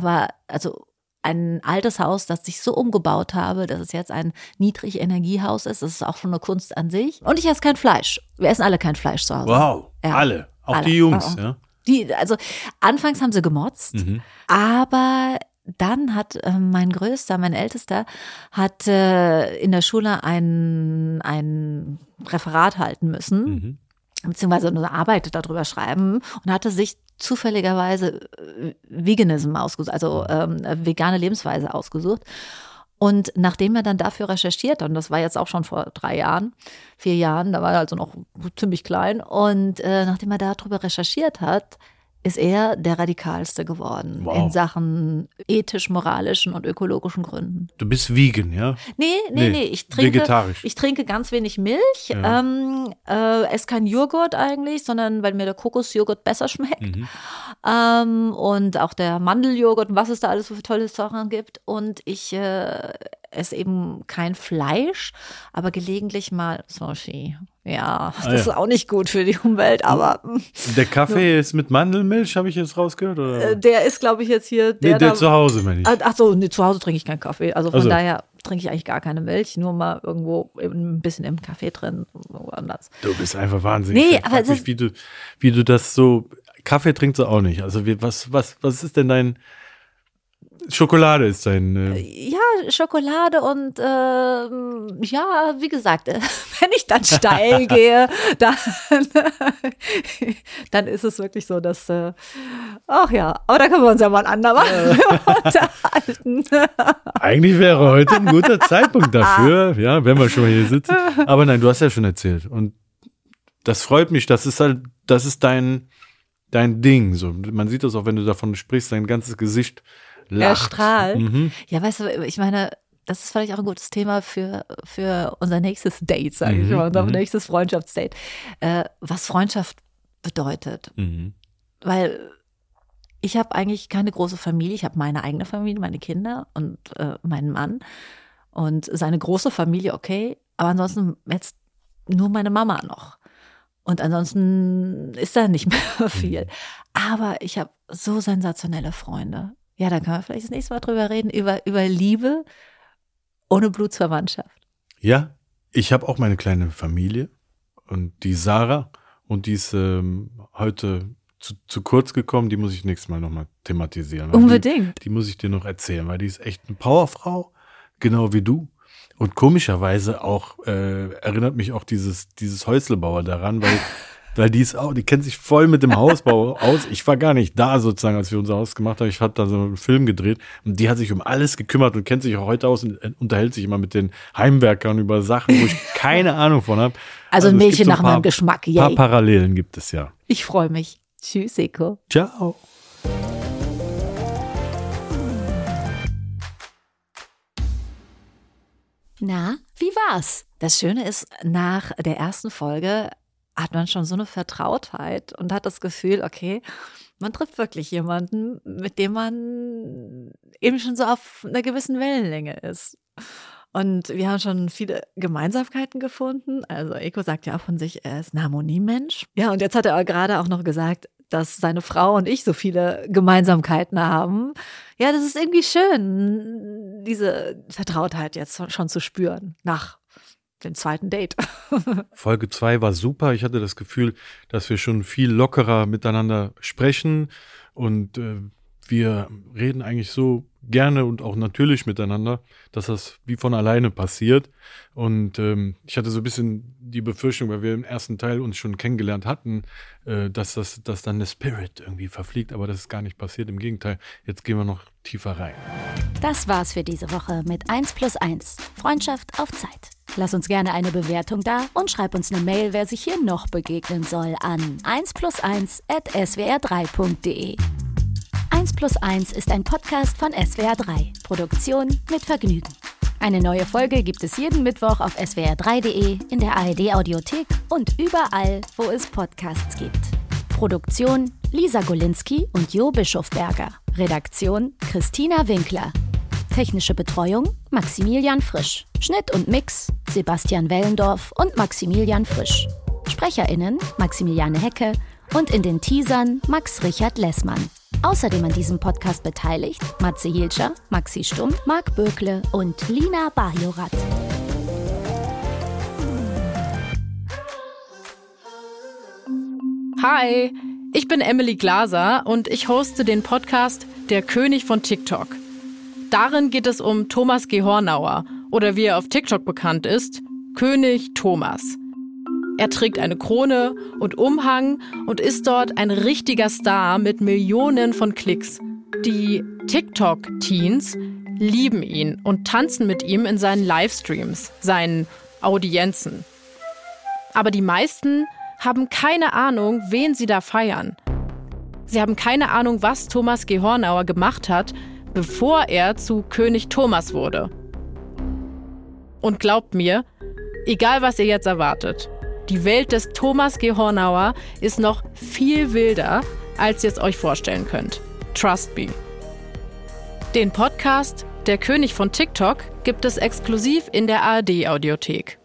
ein altes Haus, das ich so umgebaut habe, dass es jetzt ein Niedrigenergiehaus ist. Das ist auch schon eine Kunst an sich. Und ich esse kein Fleisch. Wir essen alle kein Fleisch zu Hause. Wow, ja. alle. Auch alle. Die Jungs, ja. Anfangs haben sie gemotzt, aber dann hat mein Ältester, hat in der Schule ein Referat halten müssen, beziehungsweise eine Arbeit darüber schreiben und hatte sich zufälligerweise Veganism ausgesucht, also vegane Lebensweise ausgesucht. Und nachdem er dann dafür recherchiert hat, und das war jetzt auch schon vor 4 Jahren, da war er also noch ziemlich klein, und nachdem er darüber recherchiert hat, ist er der Radikalste geworden in Sachen ethisch-moralischen und ökologischen Gründen. Du bist vegan, ja? Nee, ich trinke ganz wenig Milch, esse kein Joghurt eigentlich, sondern weil mir der Kokosjoghurt besser schmeckt. Und auch der Mandeljoghurt und was es da alles für tolle Sachen gibt. Und ich esse eben kein Fleisch, aber gelegentlich mal Sushi. Ja, das ist auch nicht gut für die Umwelt, aber. Der Kaffee ist mit Mandelmilch, habe ich jetzt rausgehört? Oder? Der ist, glaube ich, jetzt hier. Der zu Hause, meine ich. Ach so, nee, zu Hause trinke ich keinen Kaffee. Also von daher trinke ich eigentlich gar keine Milch, nur mal irgendwo ein bisschen im Kaffee drin, woanders. Du bist einfach wahnsinnig. Nee, aber wie du das so. Kaffee trinkst du auch nicht. Also was ist denn dein. Schokolade ist dein. Ja, Schokolade und wie gesagt, wenn ich dann steil gehe, dann ist es wirklich so, dass aber da können wir uns ja mal ein andermal unterhalten. Eigentlich wäre heute ein guter Zeitpunkt dafür, ja, wenn wir schon mal hier sitzen. Aber nein, du hast ja schon erzählt und das freut mich, das ist dein Ding. So, man sieht das auch, wenn du davon sprichst, dein ganzes Gesicht lacht. Er strahlt. Ja, weißt du, ich meine, das ist vielleicht auch ein gutes Thema für unser nächstes Date, sage ich mal, unser nächstes Freundschaftsdate. Was Freundschaft bedeutet. Weil ich habe eigentlich keine große Familie. Ich habe meine eigene Familie, meine Kinder und meinen Mann und seine große Familie, okay. Aber ansonsten jetzt nur meine Mama noch. Und ansonsten ist da nicht mehr viel. Aber ich habe so sensationelle Freunde. Ja, da kann man vielleicht das nächste Mal drüber reden, über Liebe ohne Blutsverwandtschaft. Ja, ich habe auch meine kleine Familie und die Sarah und die ist heute zu kurz gekommen, die muss ich nächstes Mal nochmal thematisieren. Unbedingt. Die muss ich dir noch erzählen, weil die ist echt eine Powerfrau, genau wie du. Und komischerweise auch erinnert mich auch dieses Häuslebauer daran, weil die kennt sich voll mit dem Hausbau aus. Ich war gar nicht da sozusagen, als wir unser Haus gemacht haben. Ich habe da so einen Film gedreht und die hat sich um alles gekümmert und kennt sich auch heute aus und unterhält sich immer mit den Heimwerkern über Sachen, wo ich keine Ahnung von habe. Also ein Mädchen nach meinem Geschmack. Ein paar Parallelen gibt es ja. Ich freue mich. Tschüss, Eko. Ciao. Na, wie war's? Das Schöne ist, nach der ersten Folge hat man schon so eine Vertrautheit und hat das Gefühl, okay, man trifft wirklich jemanden, mit dem man eben schon so auf einer gewissen Wellenlänge ist. Und wir haben schon viele Gemeinsamkeiten gefunden. Also Eko sagt ja auch von sich, er ist ein Harmoniemensch. Ja, und jetzt hat er gerade auch noch gesagt, dass seine Frau und ich so viele Gemeinsamkeiten haben. Ja, das ist irgendwie schön, diese Vertrautheit jetzt schon zu spüren nach dem zweiten Date. Folge 2 war super. Ich hatte das Gefühl, dass wir schon viel lockerer miteinander sprechen und wir reden eigentlich so gerne und auch natürlich miteinander, dass das wie von alleine passiert. Und ich hatte so ein bisschen die Befürchtung, weil wir im ersten Teil uns schon kennengelernt hatten, dass dann der Spirit irgendwie verfliegt, aber das ist gar nicht passiert. Im Gegenteil, jetzt gehen wir noch tiefer rein. Das war's für diese Woche mit 1+1. Freundschaft auf Zeit. Lass uns gerne eine Bewertung da und schreib uns eine Mail, wer sich hier noch begegnen soll, an 1+1@swr3.de. 1+1 ist ein Podcast von SWR3. Produktion mit Vergnügen. Eine neue Folge gibt es jeden Mittwoch auf swr3.de, in der ARD-Audiothek und überall, wo es Podcasts gibt. Produktion Lisa Golinski und Jo Bischofberger. Redaktion Christina Winkler. Technische Betreuung Maximilian Frisch. Schnitt und Mix Sebastian Wellendorf und Maximilian Frisch. SprecherInnen Maximiliane Hecke und in den Teasern Max Richard Lessmann. Außerdem an diesem Podcast beteiligt Matze Hilscher, Maxi Stumm, Marc Bökle und Lina Bajorat. Hi, ich bin Emily Glaser und ich hoste den Podcast Der König von TikTok. Darin geht es um Thomas Gehornauer oder wie er auf TikTok bekannt ist, König Thomas. Er trägt eine Krone und Umhang und ist dort ein richtiger Star mit Millionen von Klicks. Die TikTok-Teens lieben ihn und tanzen mit ihm in seinen Livestreams, seinen Audienzen. Aber die meisten haben keine Ahnung, wen sie da feiern. Sie haben keine Ahnung, was Thomas Gehornauer gemacht hat, bevor er zu König Thomas wurde. Und glaubt mir, egal was ihr jetzt erwartet, die Welt des Thomas Gehornauer ist noch viel wilder, als ihr es euch vorstellen könnt. Trust me. Den Podcast Der König von TikTok gibt es exklusiv in der ARD-Audiothek.